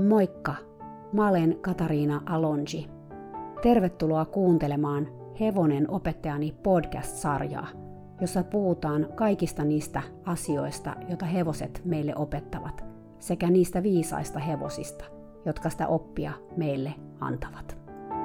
Moikka! Mä olen Katariina Alonji. Tervetuloa kuuntelemaan Hevonen opettajani podcast-sarjaa, jossa puhutaan kaikista niistä asioista, joita hevoset meille opettavat, sekä niistä viisaista hevosista, jotka sitä oppia meille antavat.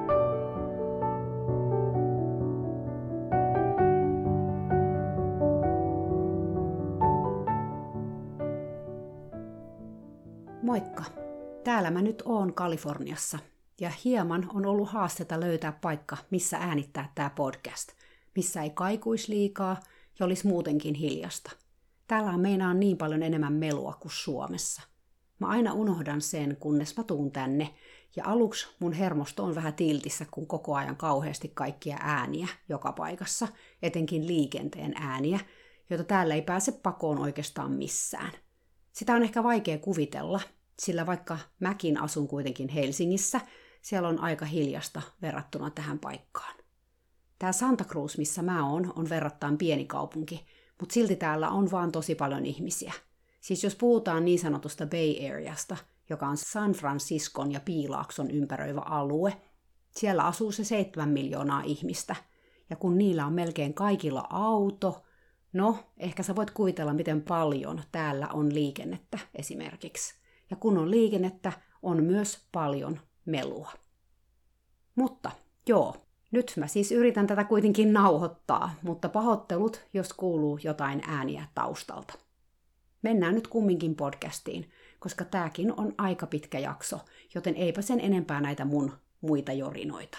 Moikka! Täällä mä nyt oon Kaliforniassa ja hieman on ollut haastetta löytää paikka, missä äänittää tää podcast, missä ei kaikuisi liikaa ja olisi muutenkin hiljasta. Täällä on meinaan niin paljon enemmän melua kuin Suomessa. Mä aina unohdan sen, kunnes mä tuun tänne ja aluksi mun hermosto on vähän tiltissä, kun koko ajan kauheasti kaikkia ääniä joka paikassa, etenkin liikenteen ääniä, joita täällä ei pääse pakoon oikeastaan missään. Sitä on ehkä vaikea kuvitella, sillä vaikka mäkin asun kuitenkin Helsingissä, siellä on aika hiljasta verrattuna tähän paikkaan. Tää Santa Cruz, missä mä on verrattain pieni kaupunki, mutta silti täällä on vaan tosi paljon ihmisiä. Siis jos puhutaan niin sanotusta Bay Areasta, joka on San Franciscon ja Piilaakson ympäröivä alue, siellä asuu se 7 miljoonaa ihmistä. Ja kun niillä on melkein kaikilla auto, no ehkä sä voit kuvitella, miten paljon täällä on liikennettä esimerkiksi. Ja kun on liikennettä, on myös paljon melua. Mutta joo, nyt mä siis yritän tätä kuitenkin nauhoittaa, mutta pahoittelut, jos kuuluu jotain ääniä taustalta. Mennään nyt kumminkin podcastiin, koska tääkin on aika pitkä jakso, joten eipä sen enempää näitä mun muita jorinoita.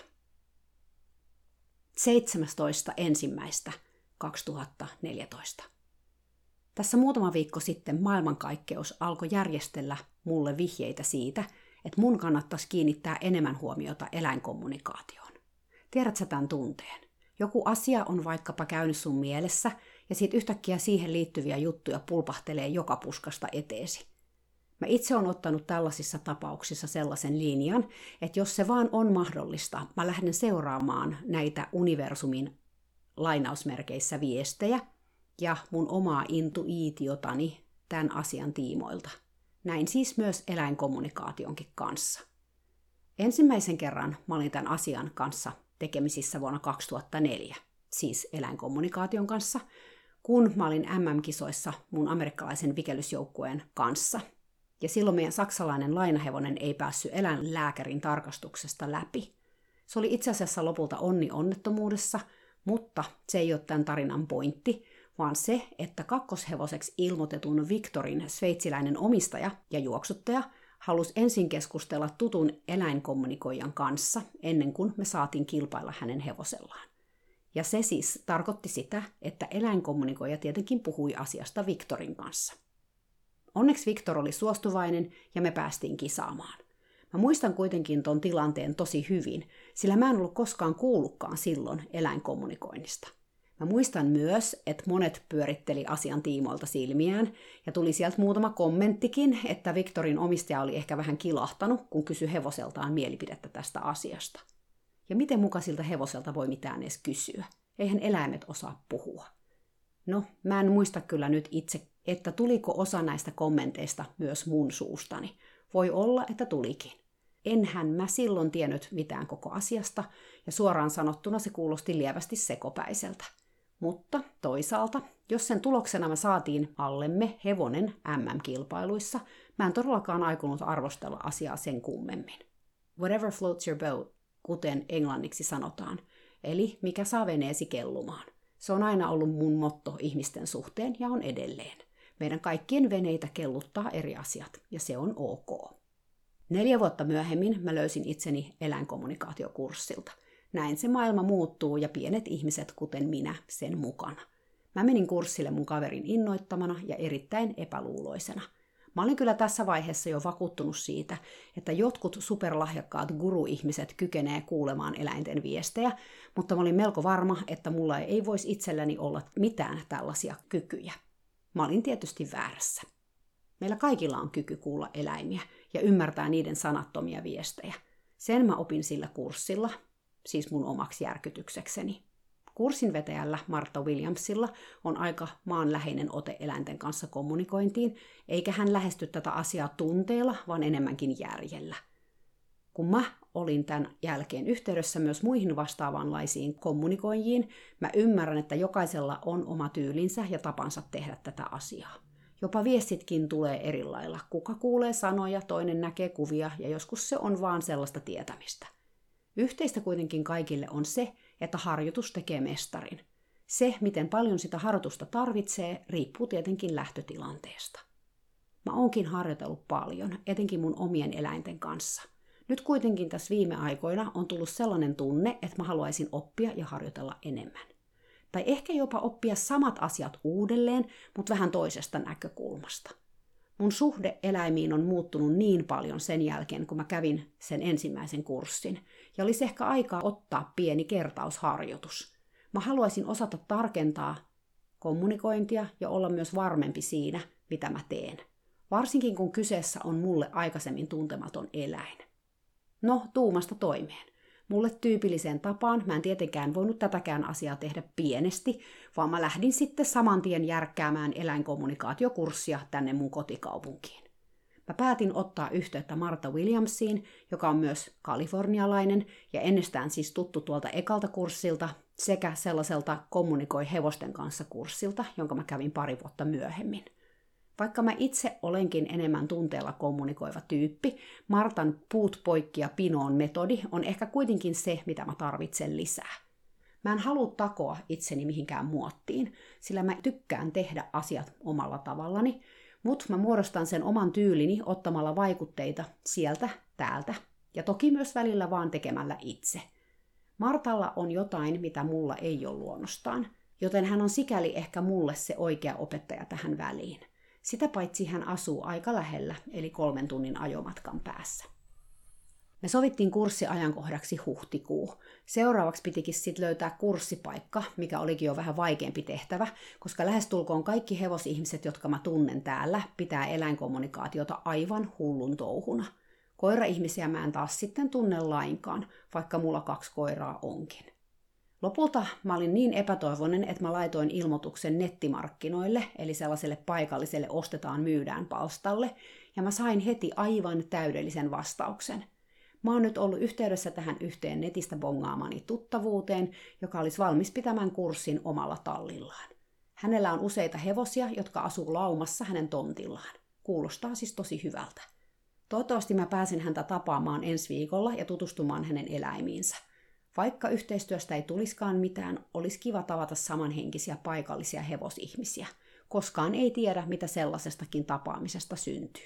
17.1.2014. Tässä muutama viikko sitten maailmankaikkeus alkoi järjestellä mulle vihjeitä siitä, että mun kannattaisi kiinnittää enemmän huomiota eläinkommunikaatioon. Tiedät sä tämän tunteen? Joku asia on vaikkapa käynyt sun mielessä, ja sit yhtäkkiä siihen liittyviä juttuja pulpahtelee joka puskasta eteesi. Mä itse olen ottanut tällaisissa tapauksissa sellaisen linjan, että jos se vaan on mahdollista, mä lähden seuraamaan näitä universumin lainausmerkeissä viestejä ja mun omaa intuitiotani tämän asian tiimoilta. Näin siis myös eläinkommunikaationkin kanssa. Ensimmäisen kerran mä olin tämän asian kanssa tekemisissä vuonna 2004, siis eläinkommunikaation kanssa, kun mä olin MM-kisoissa mun amerikkalaisen vikelysjoukkueen kanssa. Ja silloin meidän saksalainen lainahevonen ei päässyt eläinlääkärin tarkastuksesta läpi. Se oli itse asiassa lopulta onnettomuudessa, mutta se ei ole tämän tarinan pointti, vaan se, että kakkoshevoseksi ilmoitetun Victorin sveitsiläinen omistaja ja juoksuttaja halusi ensin keskustella tutun eläinkommunikoijan kanssa ennen kuin me saatiin kilpailla hänen hevosellaan. Ja se siis tarkoitti sitä, että eläinkommunikoija tietenkin puhui asiasta Victorin kanssa. Onneksi Victor oli suostuvainen ja me päästiin kisaamaan. Mä muistan kuitenkin ton tilanteen tosi hyvin, sillä mä en ollut koskaan kuullutkaan silloin eläinkommunikoinnista. Mä muistan myös, että monet pyöritteli asian tiimoilta silmiään, ja tuli sieltä muutama kommenttikin, että Victorin omistaja oli ehkä vähän kilahtanut, kun kysyi hevoseltaan mielipidettä tästä asiasta. Ja miten muka siltä hevoselta voi mitään edes kysyä? Eihän eläimet osaa puhua. No, mä en muista kyllä nyt itse, että tuliko osa näistä kommenteista myös mun suustani. Voi olla, että tulikin. Enhän mä silloin tiennyt mitään koko asiasta, ja suoraan sanottuna se kuulosti lievästi sekopäiseltä. Mutta toisaalta, jos sen tuloksena me saatiin allemme hevonen MM-kilpailuissa, mä en todellakaan aikonut arvostella asiaa sen kummemmin. Whatever floats your boat, kuten englanniksi sanotaan, eli mikä saa veneesi kellumaan. Se on aina ollut mun motto ihmisten suhteen ja on edelleen. Meidän kaikkien veneitä kelluttaa eri asiat, ja se on ok. 4 vuotta myöhemmin mä löysin itseni eläinkommunikaatiokurssilta. Näin se maailma muuttuu ja pienet ihmiset, kuten minä, sen mukana. Mä menin kurssille mun kaverin innoittamana ja erittäin epäluuloisena. Mä olin kyllä tässä vaiheessa jo vakuuttunut siitä, että jotkut superlahjakkaat guru-ihmiset kykenee kuulemaan eläinten viestejä, mutta mä olin melko varma, että mulla ei voisi itselläni olla mitään tällaisia kykyjä. Mä olin tietysti väärässä. Meillä kaikilla on kyky kuulla eläimiä ja ymmärtää niiden sanattomia viestejä. Sen mä opin sillä kurssilla, siis mun omaksi järkytyksekseni. Kurssinvetäjällä Martha Williamsilla on aika maanläheinen ote eläinten kanssa kommunikointiin, eikä hän lähesty tätä asiaa tunteella, vaan enemmänkin järjellä. Kun mä olin tämän jälkeen yhteydessä myös muihin vastaavanlaisiin kommunikoijiin, mä ymmärrän, että jokaisella on oma tyylinsä ja tapansa tehdä tätä asiaa. Jopa viestitkin tulee eri lailla. Kuka kuulee sanoja, toinen näkee kuvia ja joskus se on vaan sellaista tietämistä. Yhteistä kuitenkin kaikille on se, että harjoitus tekee mestarin. Se, miten paljon sitä harjoitusta tarvitsee, riippuu tietenkin lähtötilanteesta. Mä oonkin harjoitellut paljon, etenkin mun omien eläinten kanssa. Nyt kuitenkin tässä viime aikoina on tullut sellainen tunne, että mä haluaisin oppia ja harjoitella enemmän. Tai ehkä jopa oppia samat asiat uudelleen, mutta vähän toisesta näkökulmasta. Mun suhde eläimiin on muuttunut niin paljon sen jälkeen, kun mä kävin sen ensimmäisen kurssin, ja olisi ehkä aikaa ottaa pieni kertausharjoitus. Mä haluaisin osata tarkentaa kommunikointia ja olla myös varmempi siinä, mitä mä teen. Varsinkin kun kyseessä on mulle aikaisemmin tuntematon eläin. No, tuumasta toimeen. Mulle tyypilliseen tapaan mä en tietenkään voinut tätäkään asiaa tehdä pienesti, vaan mä lähdin sitten saman tien järkkäämään eläinkommunikaatiokurssia tänne mun kotikaupunkiin. Mä päätin ottaa yhteyttä Martha Williamsiin, joka on myös kalifornialainen ja ennestään siis tuttu tuolta ekalta kurssilta sekä sellaiselta kommunikoi hevosten kanssa kurssilta, jonka mä kävin 2 vuotta myöhemmin. Vaikka mä itse olenkin enemmän tunteella kommunikoiva tyyppi, Martan puut poikki ja pinoon metodi on ehkä kuitenkin se, mitä mä tarvitsen lisää. Mä en halua takoa itseni mihinkään muottiin, sillä mä tykkään tehdä asiat omalla tavallani, mutta mä muodostan sen oman tyylini ottamalla vaikutteita sieltä, täältä ja toki myös välillä vaan tekemällä itse. Martalla on jotain, mitä mulla ei ole luonnostaan, joten hän on sikäli ehkä mulle se oikea opettaja tähän väliin. Sitä paitsi hän asuu aika lähellä, eli 3 tunnin ajomatkan päässä. Me sovittiin kurssiajankohdaksi huhtikuu. Seuraavaksi pitikin sitten löytää kurssipaikka, mikä olikin jo vähän vaikeampi tehtävä, koska lähestulkoon kaikki hevosihmiset, jotka mä tunnen täällä, pitää eläinkommunikaatiota aivan hullun touhuna. Koira-ihmisiä mä en taas sitten tunne lainkaan, vaikka mulla 2 koiraa onkin. Lopulta mä olin niin epätoivoinen, että mä laitoin ilmoituksen nettimarkkinoille, eli sellaiselle paikalliselle ostetaan myydään palstalle, ja mä sain heti aivan täydellisen vastauksen. Mä oon nyt ollut yhteydessä tähän yhteen netistä bongaamani tuttavuuteen, joka olisi valmis pitämään kurssin omalla tallillaan. Hänellä on useita hevosia, jotka asuu laumassa hänen tontillaan. Kuulostaa siis tosi hyvältä. Toivottavasti mä pääsen häntä tapaamaan ensi viikolla ja tutustumaan hänen eläimiinsä. Vaikka yhteistyöstä ei tulisikaan mitään, olisi kiva tavata samanhenkisiä paikallisia hevosihmisiä. Koskaan ei tiedä, mitä sellaisestakin tapaamisesta syntyy.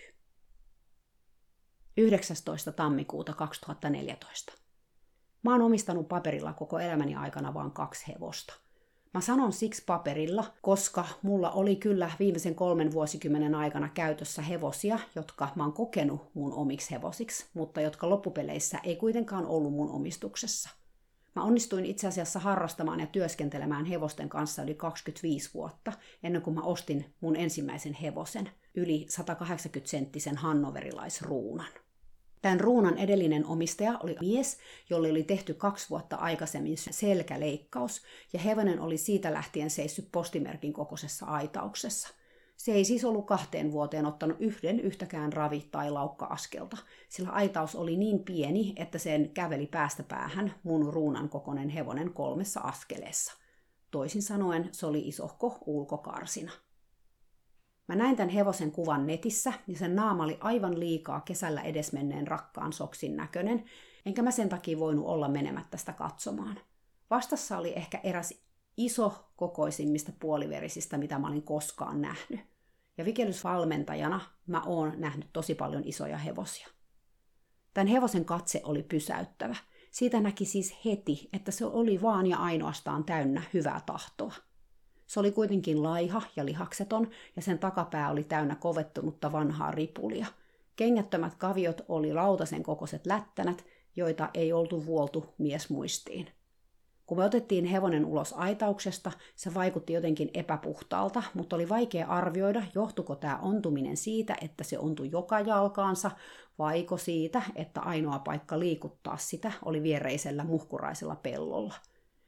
19. tammikuuta 2014. Mä oon omistanut paperilla koko elämäni aikana vain 2 hevosta. Mä sanon siksi paperilla, koska mulla oli kyllä viimeisen 3 vuosikymmenen aikana käytössä hevosia, jotka mä oon kokenut mun omiksi hevosiksi, mutta jotka loppupeleissä ei kuitenkaan ollut mun omistuksessa. Mä onnistuin itse asiassa harrastamaan ja työskentelemään hevosten kanssa yli 25 vuotta, ennen kuin mä ostin mun ensimmäisen hevosen, yli 180-senttisen hannoverilaisruunan. Tämän ruunan edellinen omistaja oli mies, jolle oli tehty 2 vuotta aikaisemmin selkäleikkaus, ja hevonen oli siitä lähtien seissyt postimerkin kokoisessa aitauksessa. Se ei siis ollut 2 vuoteen ottanut yhtäkään ravi- tai laukka-askelta, sillä aitaus oli niin pieni, että sen käveli päästä päähän mun ruunan kokoinen hevonen 3 askeleessa. Toisin sanoen se oli isohko ulkokarsina. Mä näin tämän hevosen kuvan netissä, ja sen naama oli aivan liikaa kesällä edesmenneen rakkaan soksin näköinen, enkä mä sen takia voinut olla menemättä sitä katsomaan. Vastassa oli ehkä eräs iso kokoisimmista puoliverisistä, mitä mä olin koskaan nähnyt. Ja vikelysvalmentajana mä oon nähnyt tosi paljon isoja hevosia. Tämän hevosen katse oli pysäyttävä. Siitä näki siis heti, että se oli vaan ja ainoastaan täynnä hyvää tahtoa. Se oli kuitenkin laiha ja lihakseton, ja sen takapää oli täynnä kovettunutta vanhaa ripulia. Kengättömät kaviot oli lautasen kokoiset lättänät, joita ei oltu vuoltu miesmuistiin. Kun me otettiin hevonen ulos aitauksesta, se vaikutti jotenkin epäpuhtaalta, mutta oli vaikea arvioida, johtuiko tämä ontuminen siitä, että se ontui joka jalkaansa, vaiko siitä, että ainoa paikka liikuttaa sitä oli viereisellä muhkuraisella pellolla.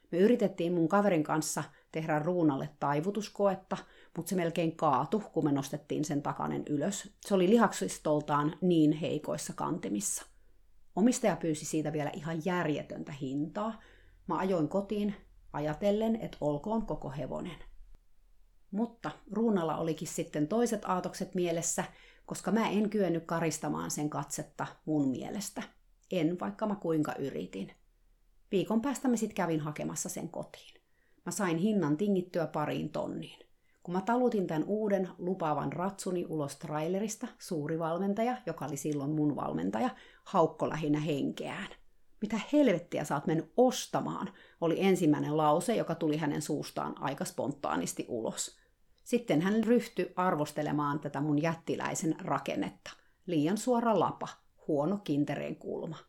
Me yritettiin mun kaverin kanssa tehdä Ruunalle taivutuskoetta, mutta se melkein kaatui, kun me nostettiin sen takanen ylös. Se oli lihaksistoltaan niin heikoissa kantimissa. Omistaja pyysi siitä vielä ihan järjetöntä hintaa. Mä ajoin kotiin ajatellen, että olkoon koko hevonen. Mutta Ruunalla olikin sitten toiset aatokset mielessä, koska mä en kyennyt karistamaan sen katsetta mun mielestä. En, vaikka mä kuinka yritin. Viikon päästä mä sit kävin hakemassa sen kotiin. Mä sain hinnan tingittyä 2 tonniin. Kun mä talutin tämän uuden lupaavan ratsuni ulos trailerista, suuri valmentaja, joka oli silloin mun valmentaja, haukko lähinnä henkeään. Mitä helvettiä sä oot mennyt ostamaan, oli ensimmäinen lause, joka tuli hänen suustaan aika spontaanisti ulos. Sitten hän ryhtyi arvostelemaan tätä mun jättiläisen rakennetta. Liian suora lapa, huono kintereen kulma.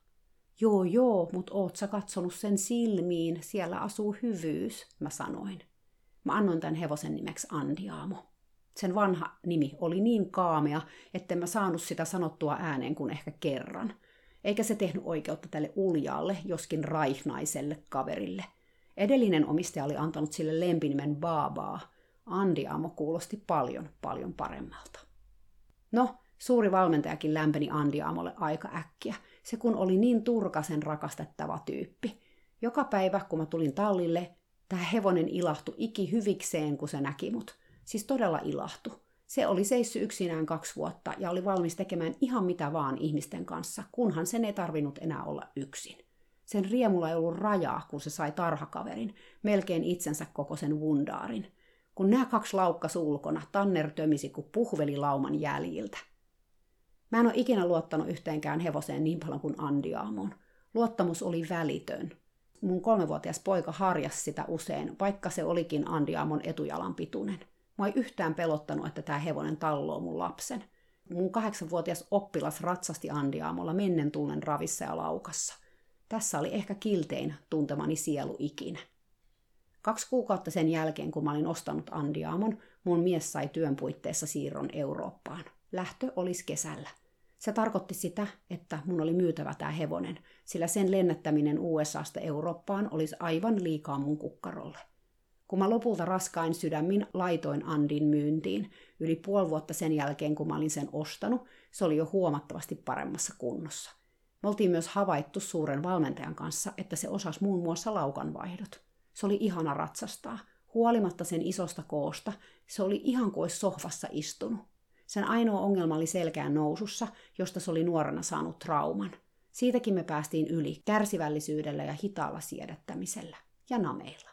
Joo, mut oot sä katsonut sen silmiin, siellä asuu hyvyys, mä sanoin. Mä annoin tämän hevosen nimeksi Andiamo. Sen vanha nimi oli niin kaamea, etten mä saanut sitä sanottua ääneen kuin ehkä kerran. Eikä se tehnyt oikeutta tälle uljaalle, joskin raihnaiselle kaverille. Edellinen omistaja oli antanut sille lempinimen Baabaa. Andiamo kuulosti paljon paremmalta. No, suuri valmentajakin lämpeni Andiamolle aika äkkiä. Se kun oli niin turkasen rakastettava tyyppi. Joka päivä, kun mä tulin tallille, tämä hevonen ilahtui ikihyvikseen, kun se näki mut. Siis todella ilahtui. Se oli seissyt yksinään 2 vuotta ja oli valmis tekemään ihan mitä vaan ihmisten kanssa, kunhan sen ei tarvinnut enää olla yksin. Sen riemulla ei ollut rajaa, kun se sai tarhakaverin, melkein itsensä kokoisen wundaarin. Kun nämä 2 laukkas ulkona, Tanner tömisi kuin puhvelilauman jäljiltä. Mä en ole ikinä luottanut yhteenkään hevoseen niin paljon kuin Andiamoon. Luottamus oli välitön. Mun 3-vuotias poika harjasi sitä usein, vaikka se olikin Andiamon etujalan pituinen. Mä ei yhtään pelottanut, että tämä hevonen talloo mun lapsen. Mun 8-vuotias oppilas ratsasti Andiamolla mennen tullen ravissa ja laukassa. Tässä oli ehkä kiltein tuntemani sielu ikinä. 2 kuukautta sen jälkeen, kun mä olin ostanut Andiamon, mun mies sai työn puitteissa siirron Eurooppaan. Lähtö olisi kesällä. Se tarkoitti sitä, että mun oli myytävä tämä hevonen, sillä sen lennättäminen USAsta Eurooppaan olisi aivan liikaa mun kukkarolle. Kun mä lopulta raskain sydämin laitoin Andin myyntiin, yli 5 vuotta sen jälkeen, kun mä olin sen ostanut, se oli jo huomattavasti paremmassa kunnossa. Me oltiin myös havaittu suuren valmentajan kanssa, että se osasi muun muassa laukanvaihdot. Se oli ihana ratsastaa. Huolimatta sen isosta koosta, se oli ihan kuin olisi sohvassa istunut. Sen ainoa ongelma oli selkään nousussa, josta se oli nuorena saanut trauman. Siitäkin me päästiin yli kärsivällisyydellä ja hitaalla siedättämisellä ja nameilla.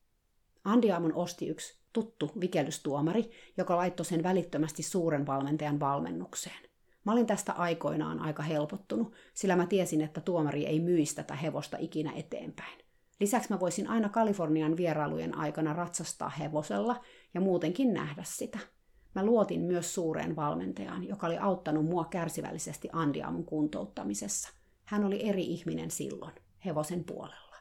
Andiamon osti yksi tuttu vikellystuomari, joka laittoi sen välittömästi suuren valmentajan valmennukseen. Mä olin tästä aikoinaan aika helpottunut, sillä mä tiesin, että tuomari ei myisi tätä hevosta ikinä eteenpäin. Lisäksi mä voisin aina Kalifornian vierailujen aikana ratsastaa hevosella ja muutenkin nähdä sitä. Mä luotin myös suureen valmentajaan, joka oli auttanut mua kärsivällisesti Andiamon kuntouttamisessa. Hän oli eri ihminen silloin, hevosen puolella.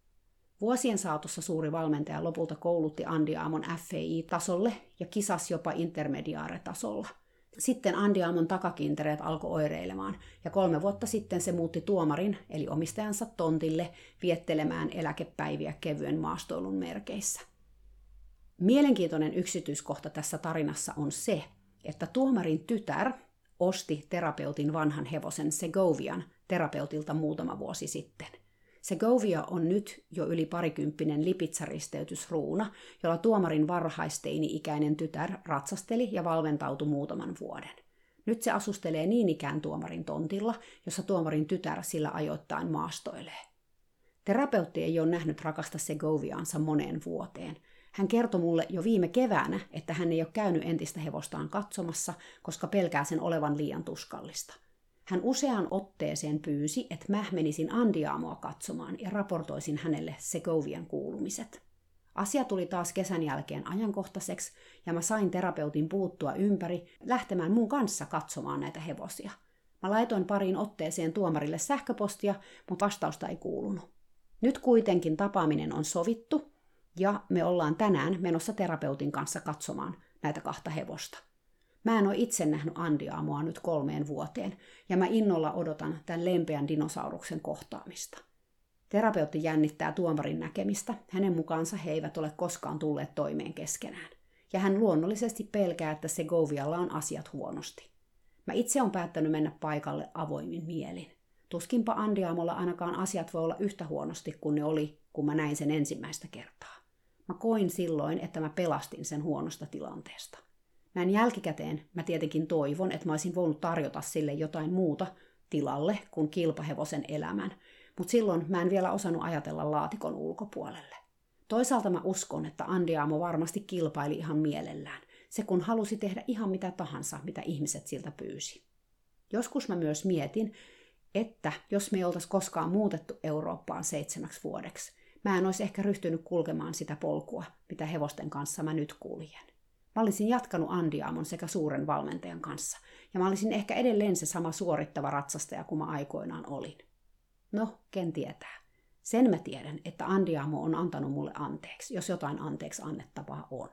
Vuosien saatossa suuri valmentaja lopulta koulutti Andiamon FAI-tasolle ja kisasi jopa intermediaare-tasolla. Sitten Andiamon takakintereet alkoi oireilemaan, ja 3 vuotta sitten se muutti tuomarin, eli omistajansa tontille, viettelemään eläkepäiviä kevyen maastoilun merkeissä. Mielenkiintoinen yksityiskohta tässä tarinassa on se, että tuomarin tytär osti terapeutin vanhan hevosen Segovian terapeutilta muutama vuosi sitten. Segovia on nyt jo yli 20 lipitsaristeytysruuna, jolla tuomarin varhaisteini-ikäinen tytär ratsasteli ja valventautui muutaman vuoden. Nyt se asustelee niin ikään tuomarin tontilla, jossa tuomarin tytär sillä ajoittain maastoilee. Terapeutti ei ole nähnyt rakasta Segoviaansa moneen vuoteen. Hän kertoi mulle jo viime keväänä, että hän ei ole käynyt entistä hevostaan katsomassa, koska pelkää sen olevan liian tuskallista. Hän useaan otteeseen pyysi, että mä menisin Andiamoa katsomaan ja raportoisin hänelle Segovian kuulumiset. Asia tuli taas kesän jälkeen ajankohtaiseksi ja mä sain terapeutin puuttua ympäri lähtemään mun kanssa katsomaan näitä hevosia. Mä laitoin pariin otteeseen tuomarille sähköpostia, mutta vastausta ei kuulunut. Nyt kuitenkin tapaaminen on sovittu ja me ollaan tänään menossa terapeutin kanssa katsomaan näitä 2 hevosta. Mä en ole itse nähnyt Andiamoa nyt 3 vuoteen, ja mä innolla odotan tämän lempeän dinosauruksen kohtaamista. Terapeutti jännittää tuomarin näkemistä, hänen mukaansa he eivät ole koskaan tulleet toimeen keskenään. Ja hän luonnollisesti pelkää, että Segovialla on asiat huonosti. Mä itse olen päättänyt mennä paikalle avoimin mielin. Tuskinpa Andiamolla ainakaan asiat voi olla yhtä huonosti kuin ne oli, kun mä näin sen ensimmäistä kertaa. Mä koin silloin, että mä pelastin sen huonosta tilanteesta. Näin jälkikäteen mä tietenkin toivon, että mä olisin voinut tarjota sille jotain muuta tilalle kuin kilpahevosen elämän, mutta silloin mä en vielä osannut ajatella laatikon ulkopuolelle. Toisaalta mä uskon, että Andiamo varmasti kilpaili ihan mielellään, se kun halusi tehdä ihan mitä tahansa, mitä ihmiset siltä pyysi. Joskus mä myös mietin, että jos me ei oltaisi koskaan muutettu Eurooppaan 7 vuodeksi, mä en olisi ehkä ryhtynyt kulkemaan sitä polkua, mitä hevosten kanssa mä nyt kuljen. Mä olisin jatkanut Andiamon sekä suuren valmentajan kanssa, ja mä olisin ehkä edelleen se sama suorittava ratsastaja kuin mä aikoinaan olin. No, ken tietää. Sen mä tiedän, että Andiamo on antanut mulle anteeksi, jos jotain anteeksi annettavaa on.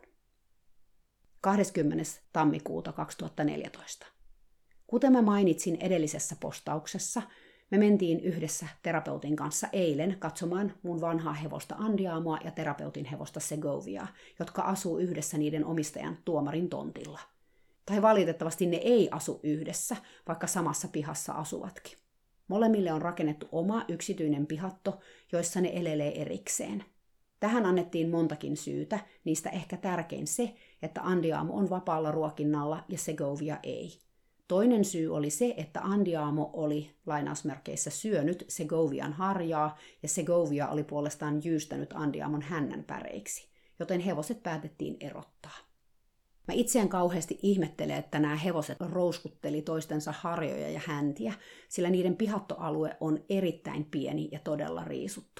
20. tammikuuta 2014. Kuten mä mainitsin edellisessä postauksessa, me mentiin yhdessä terapeutin kanssa eilen katsomaan mun vanhaa hevosta Andiamoa ja terapeutin hevosta Segoviaa, jotka asuu yhdessä niiden omistajan tuomarin tontilla. Tai valitettavasti ne ei asu yhdessä, vaikka samassa pihassa asuvatkin. Molemmille on rakennettu oma yksityinen pihatto, joissa ne elelee erikseen. Tähän annettiin montakin syytä, niistä ehkä tärkein se, että Andiamo on vapaalla ruokinnalla ja Segovia ei. Toinen syy oli se, että Andiamo oli lainausmerkeissä syönyt Segovian harjaa ja Segovia oli puolestaan jyystänyt Andiamon hännänpäreiksi, joten hevoset päätettiin erottaa. Mä itseään kauheasti ihmettelen, että nämä hevoset rouskutteli toistensa harjoja ja häntiä, sillä niiden pihattoalue on erittäin pieni ja todella riisuttu.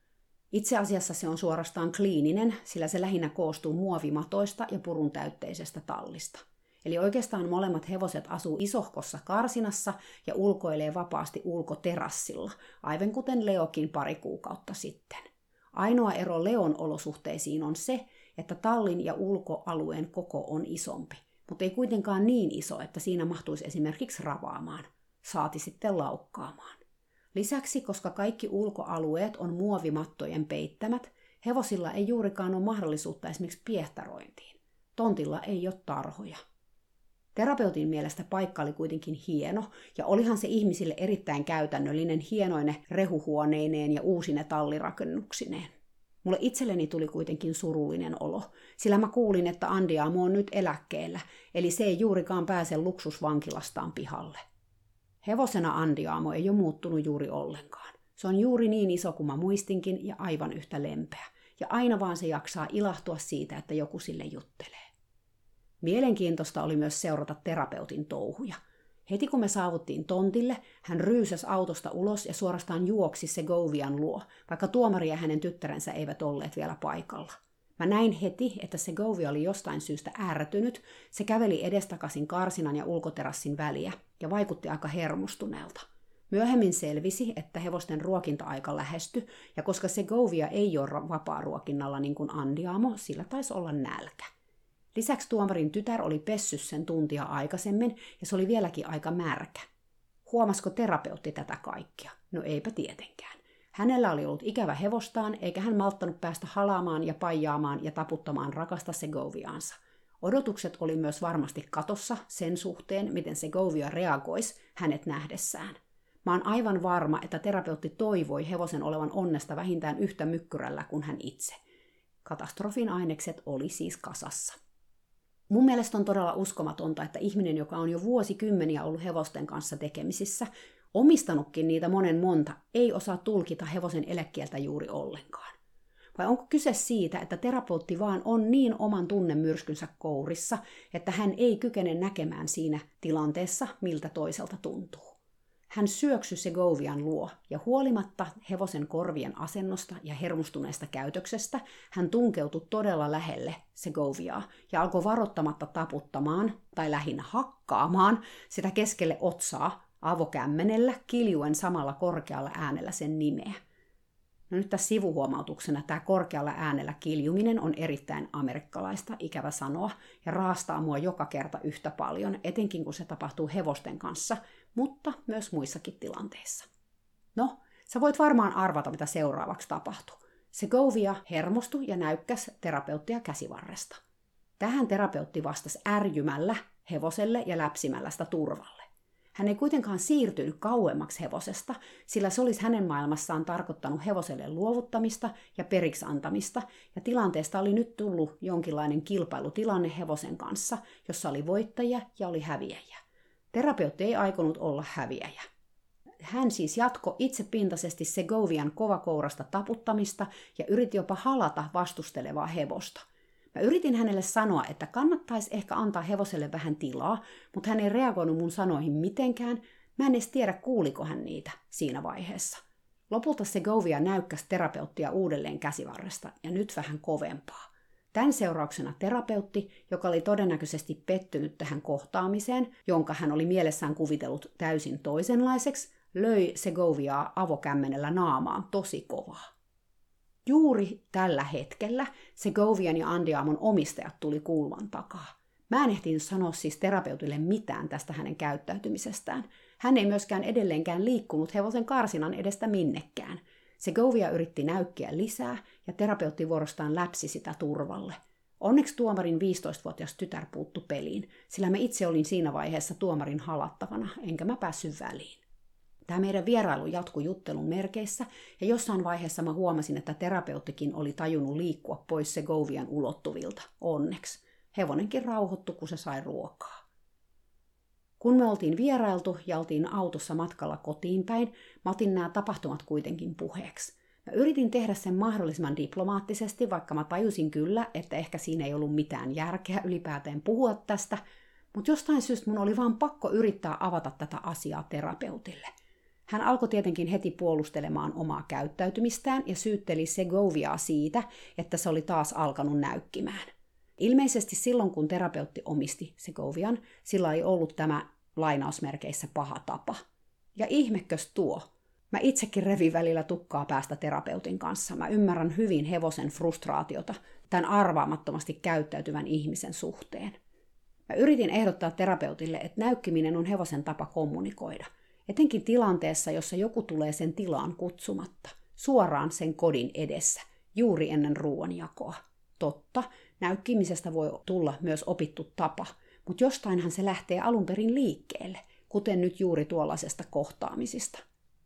Itse asiassa se on suorastaan kliininen, sillä se lähinnä koostuu muovimatoista ja purun täytteisestä tallista. Eli oikeastaan molemmat hevoset asuu isohkossa karsinassa ja ulkoilee vapaasti ulkoterassilla, aivan kuten Leokin pari kuukautta sitten. Ainoa ero Leon olosuhteisiin on se, että tallin ja ulkoalueen koko on isompi, mutta ei kuitenkaan niin iso, että siinä mahtuisi esimerkiksi ravaamaan, saati sitten laukkaamaan. Lisäksi, koska kaikki ulkoalueet on muovimattojen peittämät, hevosilla ei juurikaan ole mahdollisuutta esimerkiksi piehtarointiin. Tontilla ei ole tarhoja. Terapeutin mielestä paikka oli kuitenkin hieno, ja olihan se ihmisille erittäin käytännöllinen hienoine rehuhuoneineen ja uusine tallirakennuksineen. Mulle itselleni tuli kuitenkin surullinen olo, sillä mä kuulin, että Andiamo on nyt eläkkeellä, eli se ei juurikaan pääse luksusvankilastaan pihalle. Hevosena Andiamo ei ole muuttunut juuri ollenkaan. Se on juuri niin iso kuin mä muistinkin ja aivan yhtä lempeä, ja aina vaan se jaksaa ilahtua siitä, että joku sille juttelee. Mielenkiintoista oli myös seurata terapeutin touhuja. Heti kun me saavuttiin tontille, hän ryysäsi autosta ulos ja suorastaan juoksi Segovian luo, vaikka tuomari ja hänen tyttärensä eivät olleet vielä paikalla. Mä näin heti, että Segovia oli jostain syystä ärtynyt, se käveli edestakaisin karsinan ja ulkoterassin väliä ja vaikutti aika hermostuneelta. Myöhemmin selvisi, että hevosten ruokinta-aika lähestyi, ja koska Segovia ei ole vapaa-ruokinnalla niin kuin Andiamo, sillä taisi olla nälkä. Lisäksi tuomarin tytär oli pessyt sen tuntia aikaisemmin, ja se oli vieläkin aika märkä. Huomasiko terapeutti tätä kaikkea? No eipä tietenkään. Hänellä oli ollut ikävä hevostaan, eikä hän malttanut päästä halaamaan ja paijaamaan ja taputtamaan rakasta Segoviaansa. Odotukset oli myös varmasti katossa sen suhteen, miten Segovia reagoisi hänet nähdessään. Mä oon aivan varma, että terapeutti toivoi hevosen olevan onnesta vähintään yhtä mykkyrällä kuin hän itse. Katastrofin ainekset oli siis kasassa. Mun mielestä on todella uskomatonta, että ihminen, joka on jo vuosikymmeniä ollut hevosten kanssa tekemisissä, omistanutkin niitä monta, ei osaa tulkita hevosen elekieltä juuri ollenkaan. Vai onko kyse siitä, että terapeutti vaan on niin oman tunnemyrskynsä kourissa, että hän ei kykene näkemään siinä tilanteessa, miltä toiselta tuntuu? Hän syöksyi Segovian luo, ja huolimatta hevosen korvien asennosta ja hermostuneesta käytöksestä, hän tunkeutui todella lähelle Segoviaa ja alkoi varoittamatta taputtamaan, tai lähinnä hakkaamaan, sitä keskelle otsaa avokämmenellä, kiljuen samalla korkealla äänellä sen nimeä. No nyt tässä sivuhuomautuksena tämä korkealla äänellä kiljuminen on erittäin amerikkalaista, ikävä sanoa, ja raastaa mua joka kerta yhtä paljon, etenkin kun se tapahtuu hevosten kanssa, mutta myös muissakin tilanteissa. No, Sä voit varmaan arvata, mitä seuraavaksi tapahtui. Segovia hermostui ja näykkäsi terapeuttia käsivarresta. Tähän terapeutti vastasi ärjymällä hevoselle ja läpsimällä sitä turvalle. Hän ei kuitenkaan siirtynyt kauemmaksi hevosesta, sillä se olisi hänen maailmassaan tarkoittanut hevoselle luovuttamista ja periksi antamista, ja tilanteesta oli nyt tullut jonkinlainen kilpailutilanne hevosen kanssa, jossa oli voittajia ja oli häviäjiä. Terapeutti ei aikonut olla häviäjä. Hän siis jatkoi itsepintaisesti Segovian kovakourasta taputtamista ja yritti jopa halata vastustelevaa hevosta. Mä yritin hänelle sanoa, että kannattaisi ehkä antaa hevoselle vähän tilaa, mutta hän ei reagoinut mun sanoihin mitenkään. Mä en edes tiedä, kuuliko hän niitä siinä vaiheessa. Lopulta Segovia näykkäsi terapeuttia uudelleen käsivarresta ja nyt vähän kovempaa. Tämän seurauksena terapeutti, joka oli todennäköisesti pettynyt tähän kohtaamiseen, jonka hän oli mielessään kuvitellut täysin toisenlaiseksi, löi Segoviaa avokämmenellä naamaan tosi kovaa. Juuri tällä hetkellä Segovian ja Andiamon omistajat tuli kulman takaa. Mä en ehtinyt sanoa siis terapeutille mitään tästä hänen käyttäytymisestään. Hän ei myöskään edelleenkään liikkunut hevosen karsinan edestä minnekään. Segovia yritti näykkiä lisää ja terapeutti vuorostaan läpsi sitä turvalle. Onneksi tuomarin 15-vuotias tytär puuttui peliin, sillä mä itse olin siinä vaiheessa tuomarin halattavana, enkä mä päässyt väliin. Tämä meidän vierailu jatkui juttelun merkeissä, ja jossain vaiheessa mä huomasin, että terapeuttikin oli tajunnut liikkua pois Segovian ulottuvilta. Onneksi. Hevonenkin rauhoittui, kun se sai ruokaa. Kun me oltiin vierailtu ja oltiin autossa matkalla kotiin päin, mä otin nämä tapahtumat kuitenkin puheeksi. Mä yritin tehdä sen mahdollisimman diplomaattisesti, vaikka mä tajusin kyllä, että ehkä siinä ei ollut mitään järkeä ylipäätään puhua tästä, mutta jostain syystä mun oli vaan pakko yrittää avata tätä asiaa terapeutille. Hän alkoi tietenkin heti puolustelemaan omaa käyttäytymistään ja syytteli Segoviaa siitä, että se oli taas alkanut näykkimään. Ilmeisesti silloin, kun terapeutti omisti Segovian, sillä ei ollut tämä lainausmerkeissä paha tapa. Ja ihmekös tuo. Mä itsekin revin välillä tukkaa päästä terapeutin kanssa. Mä ymmärrän hyvin hevosen frustraatiota tämän arvaamattomasti käyttäytyvän ihmisen suhteen. Mä yritin ehdottaa terapeutille, että näykkiminen on hevosen tapa kommunikoida. Etenkin tilanteessa, jossa joku tulee sen tilaan kutsumatta, suoraan sen kodin edessä, juuri ennen ruoanjakoa. Totta, näykkimisestä voi tulla myös opittu tapa, mutta jostainhan se lähtee alun perin liikkeelle, kuten nyt juuri tuollaisesta kohtaamisista.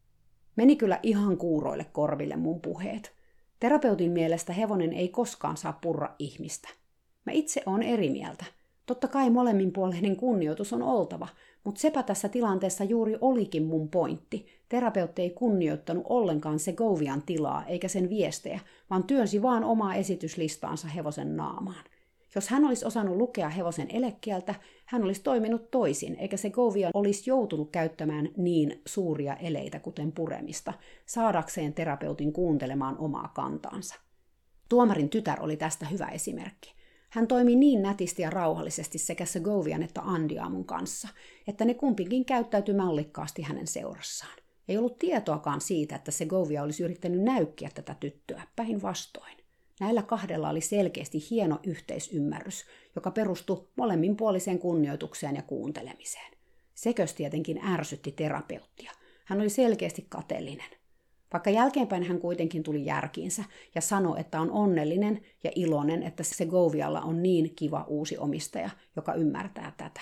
Meni kyllä ihan kuuroille korville mun puheet. Terapeutin mielestä hevonen ei koskaan saa purra ihmistä. Mä itse oon eri mieltä. Totta kai molemminpuoleinen kunnioitus on oltava, mutta sepä tässä tilanteessa juuri olikin mun pointti. Terapeutti ei kunnioittanut ollenkaan Segovian tilaa eikä sen viestejä, vaan työnsi vaan omaa esityslistaansa hevosen naamaan. Jos hän olisi osannut lukea hevosen elekieltä, hän olisi toiminut toisin, eikä Segovia olisi joutunut käyttämään niin suuria eleitä kuten puremista, saadakseen terapeutin kuuntelemaan omaa kantaansa. Tuomarin tytär oli tästä hyvä esimerkki. Hän toimi niin nätisti ja rauhallisesti sekä Segovian että Andiamon kanssa, että ne kumpikin käyttäytyi mallikkaasti hänen seurassaan. Ei ollut tietoakaan siitä, että Segovia olisi yrittänyt näykkiä tätä tyttöä, päinvastoin. Näillä kahdella oli selkeästi hieno yhteisymmärrys, joka perustui molemminpuoliseen kunnioitukseen ja kuuntelemiseen. Sekös tietenkin ärsytti terapeuttia. Hän oli selkeästi kateellinen. Vaikka jälkeenpäin hän kuitenkin tuli järkiinsä ja sanoi, että on onnellinen ja iloinen, että Segovialla on niin kiva uusi omistaja, joka ymmärtää tätä.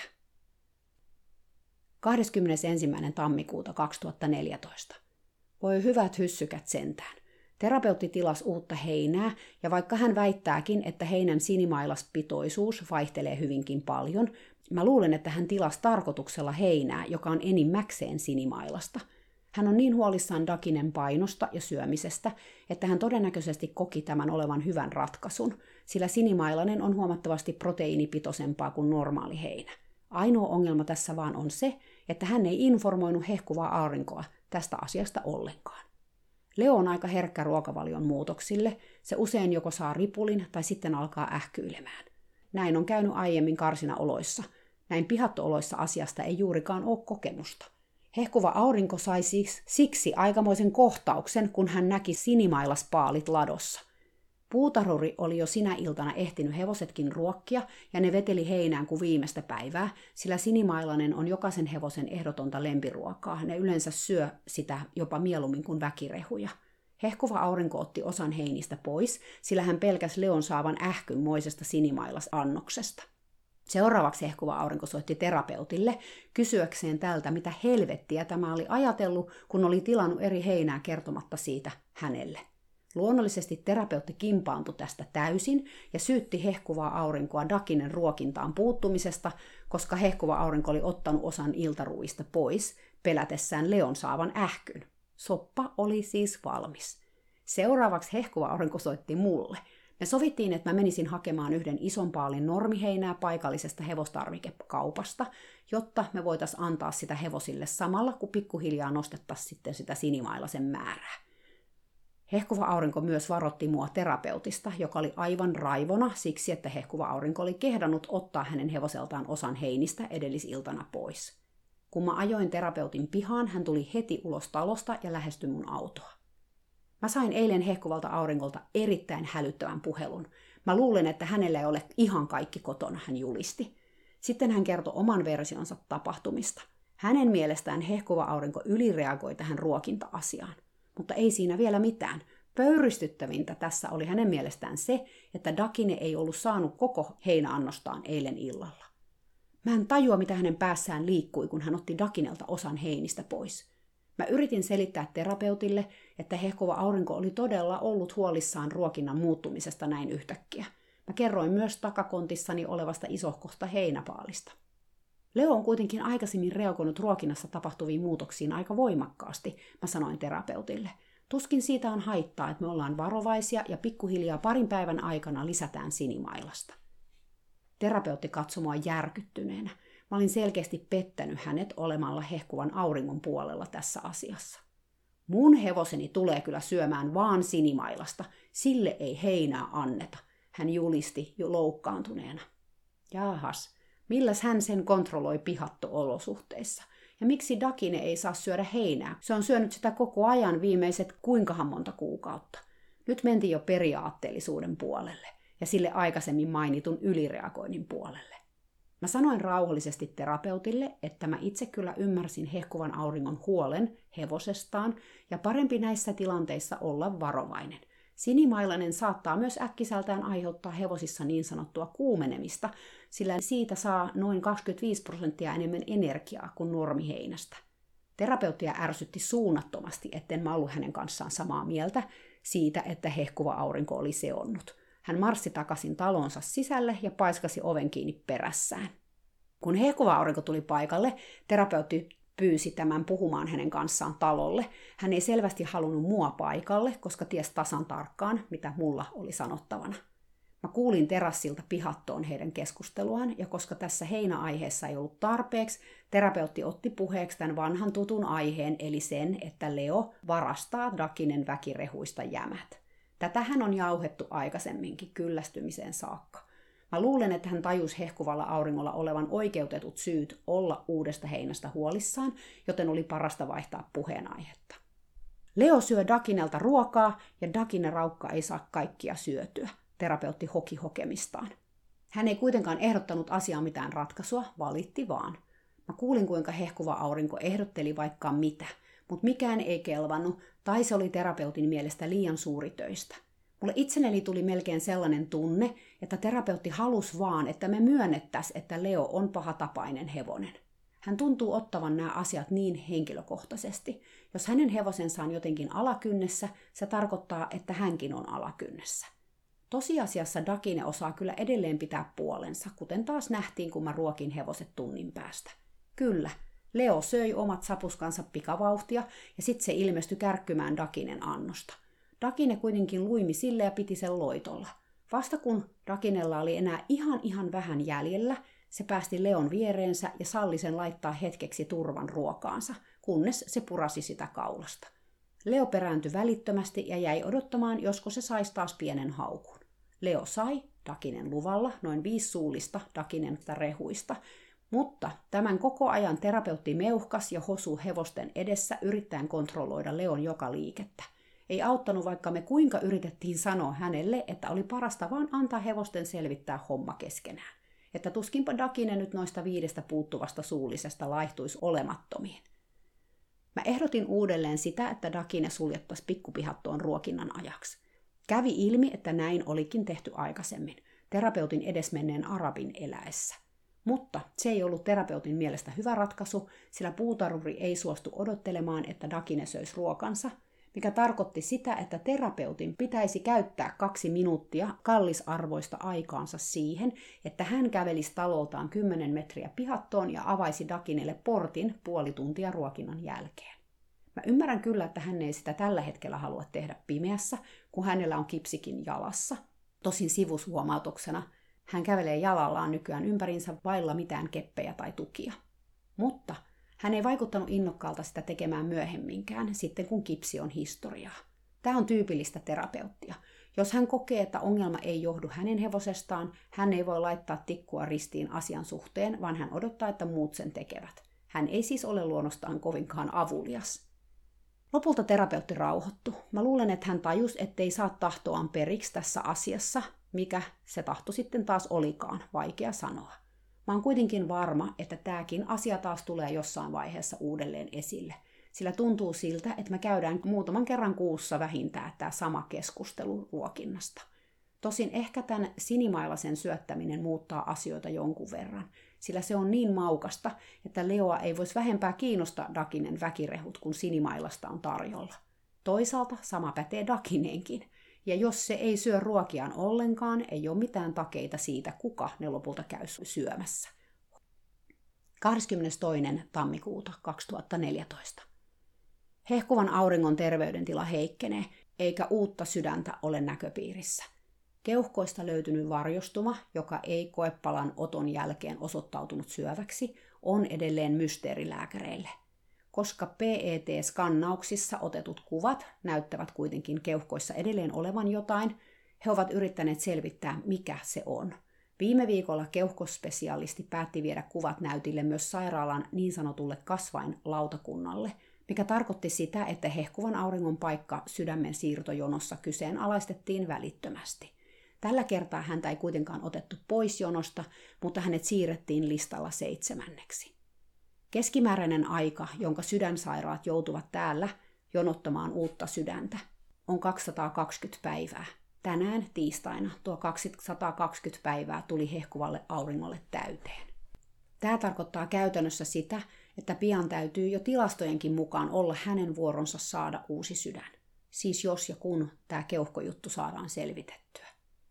21. tammikuuta 2014. Voi hyvät hyssykät sentään. Terapeutti tilasi uutta heinää, ja vaikka hän väittääkin, että heinän sinimailaspitoisuus vaihtelee hyvinkin paljon, mä luulen, että hän tilasi tarkoituksella heinää, joka on enimmäkseen sinimailasta. Hän on niin huolissaan Dakinen painosta ja syömisestä, että hän todennäköisesti koki tämän olevan hyvän ratkaisun, sillä sinimailainen on huomattavasti proteiinipitoisempaa kuin normaali heinä. Ainoa ongelma tässä vaan on se, että hän ei informoinut hehkuvaa aurinkoa tästä asiasta ollenkaan. Leo on aika herkkä ruokavalion muutoksille, se usein joko saa ripulin tai sitten alkaa ähkyilemään. Näin on käynyt aiemmin karsinaoloissa. Näin pihattooloissa asiasta ei juurikaan ole kokemusta. Hehkuva aurinko sai siksi aikamoisen kohtauksen, kun hän näki sinimailaspaalit ladossa. Puutarhuri oli jo sinä iltana ehtinyt hevosetkin ruokkia, ja ne veteli heinään kuin viimeistä päivää, sillä sinimailainen on jokaisen hevosen ehdotonta lempiruokaa. Ne yleensä syö sitä jopa mieluummin kuin väkirehuja. Hehkuva aurinko otti osan heinistä pois, sillä hän pelkäsi Leon saavan ähkyn moisesta sinimailasannoksesta. Seuraavaksi hehkuva aurinko soitti terapeutille kysyäkseen tältä, mitä helvettiä tämä oli ajatellut, kun oli tilannut eri heinää kertomatta siitä hänelle. Luonnollisesti terapeutti kimpaantui tästä täysin ja syytti hehkuvaa aurinkoa Dakinen ruokintaan puuttumisesta, koska hehkuva aurinko oli ottanut osan iltaruuista pois, pelätessään Leon saavan ähkyn. Soppa oli siis valmis. Seuraavaksi hehkuva aurinko soitti mulle. Me sovittiin, että mä menisin hakemaan yhden ison paalin normiheinää paikallisesta hevostarvikekaupasta, jotta me voitaisiin antaa sitä hevosille samalla, kun pikkuhiljaa nostettaisiin sitten sitä sinimailasen määrää. Hehkuva aurinko myös varoitti mua terapeutista, joka oli aivan raivona siksi, että hehkuva aurinko oli kehdannut ottaa hänen hevoseltaan osan heinistä edellisiltana pois. Kun mä ajoin terapeutin pihaan, hän tuli heti ulos talosta ja lähestyi mun autoa. Mä sain eilen hehkuvalta aurinkolta erittäin hälyttävän puhelun. Mä luulen, että hänellä ei ole ihan kaikki kotona, hän julisti. Sitten hän kertoi oman versionsa tapahtumista. Hänen mielestään hehkuva aurinko ylireagoi tähän ruokinta-asiaan. Mutta ei siinä vielä mitään. Pöyristyttävintä tässä oli hänen mielestään se, että Dakine ei ollut saanut koko heinäannostaan eilen illalla. Mä en tajua, mitä hänen päässään liikkui, kun hän otti Dakinelta osan heinistä pois. Mä yritin selittää terapeutille, että hehkuva aurinko oli todella ollut huolissaan ruokinnan muuttumisesta näin yhtäkkiä. Mä kerroin myös takakontissani olevasta isohkosta heinäpaalista. Leo on kuitenkin aikaisemmin reagoinut ruokinnassa tapahtuviin muutoksiin aika voimakkaasti, mä sanoin terapeutille. Tuskin siitä on haittaa, että me ollaan varovaisia ja pikkuhiljaa parin päivän aikana lisätään sinimailasta. Terapeutti katsoi mua järkyttyneenä. Mä olin selkeästi pettänyt hänet olemalla hehkuvan auringon puolella tässä asiassa. Mun hevoseni tulee kyllä syömään vaan sinimailasta, sille ei heinää anneta, hän julisti jo loukkaantuneena. Jaahas, milläs hän sen kontrolloi pihatto-olosuhteissa? Ja miksi Dakine ei saa syödä heinää? Se on syönyt sitä koko ajan viimeiset kuinkahan monta kuukautta. Nyt mentiin jo periaatteellisuuden puolelle ja sille aikaisemmin mainitun ylireagoinnin puolelle. Mä sanoin rauhallisesti terapeutille, että mä itse kyllä ymmärsin hehkuvan auringon huolen hevosestaan ja parempi näissä tilanteissa olla varovainen. Sinimailainen saattaa myös äkkisältään aiheuttaa hevosissa niin sanottua kuumenemista, sillä siitä saa noin 25% enemmän energiaa kuin normiheinästä. Terapeuttia ärsytti suunnattomasti, etten mä ollut hänen kanssaan samaa mieltä siitä, että hehkuva aurinko oli seonnut. Hän marssi takaisin talonsa sisälle ja paiskasi oven kiinni perässään. Kun hehkuva aurinko tuli paikalle, terapeutti pyysi tämän puhumaan hänen kanssaan talolle. Hän ei selvästi halunnut mua paikalle, koska ties tasan tarkkaan, mitä mulla oli sanottavana. Mä kuulin terassilta pihattoon heidän keskusteluaan, ja koska tässä heinäaiheessa ei ollut tarpeeksi, terapeutti otti puheeksi tämän vanhan tutun aiheen, eli sen, että Leo varastaa Dakinen väkirehuista jämät. Tätähän on jauhettu aikaisemminkin kyllästymiseen saakka. Mä luulen, että hän tajusi hehkuvalla auringolla olevan oikeutetut syyt olla uudesta heinästä huolissaan, joten oli parasta vaihtaa puheenaihetta. Leo syö Dakinelta ruokaa ja Dakinen raukka ei saa kaikkia syötyä, terapeutti hoki hokemistaan. Hän ei kuitenkaan ehdottanut asiaan mitään ratkaisua, valitti vaan. Mä kuulin, kuinka hehkuva aurinko ehdotteli vaikka mitä, mutta mikään ei kelvannut, tai se oli terapeutin mielestä liian suuritöistä. Mulle itselleni tuli melkein sellainen tunne, että terapeutti halusi vaan, että me myönnettäisiin, että Leo on pahatapainen hevonen. Hän tuntuu ottavan nämä asiat niin henkilökohtaisesti. Jos hänen hevosensa on jotenkin alakynnessä, se tarkoittaa, että hänkin on alakynnessä. Tosiasiassa Dakine osaa kyllä edelleen pitää puolensa, kuten taas nähtiin, kun mä ruokin hevoset tunnin päästä. Kyllä, Leo söi omat sapuskansa pikavauhtia ja sitten se ilmestyi kärkkymään Dakinen annosta. Dakine kuitenkin luimi sille ja piti sen loitolla. Vasta kun Dakinella oli enää ihan vähän jäljellä, se päästi Leon viereensä ja salli sen laittaa hetkeksi turvan ruokaansa, kunnes se purasi sitä kaulasta. Leo perääntyi välittömästi ja jäi odottamaan, josko se saisi taas pienen haukun. Leo sai, Dakinen luvalla, noin 5 suullista Dakinen rehuista, mutta tämän koko ajan terapeutti meuhkas ja hosui hevosten edessä yrittäen kontrolloida Leon joka liikettä. Ei auttanut, vaikka me kuinka yritettiin sanoa hänelle, että oli parasta vaan antaa hevosten selvittää homma keskenään. Että tuskinpa Dakinen nyt noista 5 puuttuvasta suullisesta laihtuisi olemattomiin. Mä ehdotin uudelleen sitä, että Dakine suljettaisiin pikkupihattoon ruokinnan ajaksi. Kävi ilmi, että näin olikin tehty aikaisemmin, terapeutin edesmenneen arabin eläessä. Mutta se ei ollut terapeutin mielestä hyvä ratkaisu, sillä puutarhuri ei suostu odottelemaan, että Dakine söisi ruokansa, mikä tarkoitti sitä, että terapeutin pitäisi käyttää 2 minuuttia kallisarvoista aikaansa siihen, että hän kävelisi taloltaan 10 metriä pihattoon ja avaisi Dakinelle portin puoli tuntia ruokinnan jälkeen. Mä ymmärrän kyllä, että hän ei sitä tällä hetkellä halua tehdä pimeässä, kun hänellä on kipsikin jalassa. Tosin sivushuomautuksena hän kävelee jalallaan nykyään ympärinsä vailla mitään keppejä tai tukia. Mutta hän ei vaikuttanut innokkaalta sitä tekemään myöhemminkään, sitten kun kipsi on historiaa. Tämä on tyypillistä terapeuttia. Jos hän kokee, että ongelma ei johdu hänen hevosestaan, hän ei voi laittaa tikkua ristiin asian suhteen, vaan hän odottaa, että muut sen tekevät. Hän ei siis ole luonnostaan kovinkaan avulias. Lopulta terapeutti rauhoittui. Mä luulen, että hän tajusi, ettei saa tahtoaan periksi tässä asiassa, mikä se tahto sitten taas olikaan, vaikea sanoa. Mä oon kuitenkin varma, että tääkin asia taas tulee jossain vaiheessa uudelleen esille, sillä tuntuu siltä, että me käydään muutaman kerran kuussa vähintään tämä sama keskustelu ruokinnasta. Tosin ehkä tämän sinimailasen syöttäminen muuttaa asioita jonkun verran, sillä se on niin maukasta, että Leoa ei voisi vähempää kiinnostaa Dakinen väkirehut, kun sinimailasta on tarjolla. Toisaalta sama pätee Dakineenkin. Ja jos se ei syö ruokiaan ollenkaan, ei ole mitään takeita siitä, kuka ne lopulta käy syömässä. 22. tammikuuta 2014. Hehkuvan auringon terveydentila heikkenee, eikä uutta sydäntä ole näköpiirissä. Keuhkoista löytynyt varjostuma, joka ei koepalan oton jälkeen osoittautunut syöväksi, on edelleen mysteerilääkäreille. Koska PET-skannauksissa otetut kuvat näyttävät kuitenkin keuhkoissa edelleen olevan jotain, he ovat yrittäneet selvittää, mikä se on. Viime viikolla keuhkospesialisti päätti viedä kuvat näytille myös sairaalan niin sanotulle kasvainlautakunnalle, mikä tarkoitti sitä, että hehkuvan auringon paikka sydämen siirtojonossa kyseenalaistettiin välittömästi. Tällä kertaa häntä ei kuitenkaan otettu pois jonosta, mutta hänet siirrettiin listalla 7. Keskimääräinen aika, jonka sydänsairaat joutuvat täällä jonottamaan uutta sydäntä, on 220 päivää. Tänään tiistaina tuo 220 päivää tuli hehkuvalle auringolle täyteen. Tämä tarkoittaa käytännössä sitä, että pian täytyy jo tilastojenkin mukaan olla hänen vuoronsa saada uusi sydän. Siis jos ja kun tämä keuhkojuttu saadaan selvitettyä.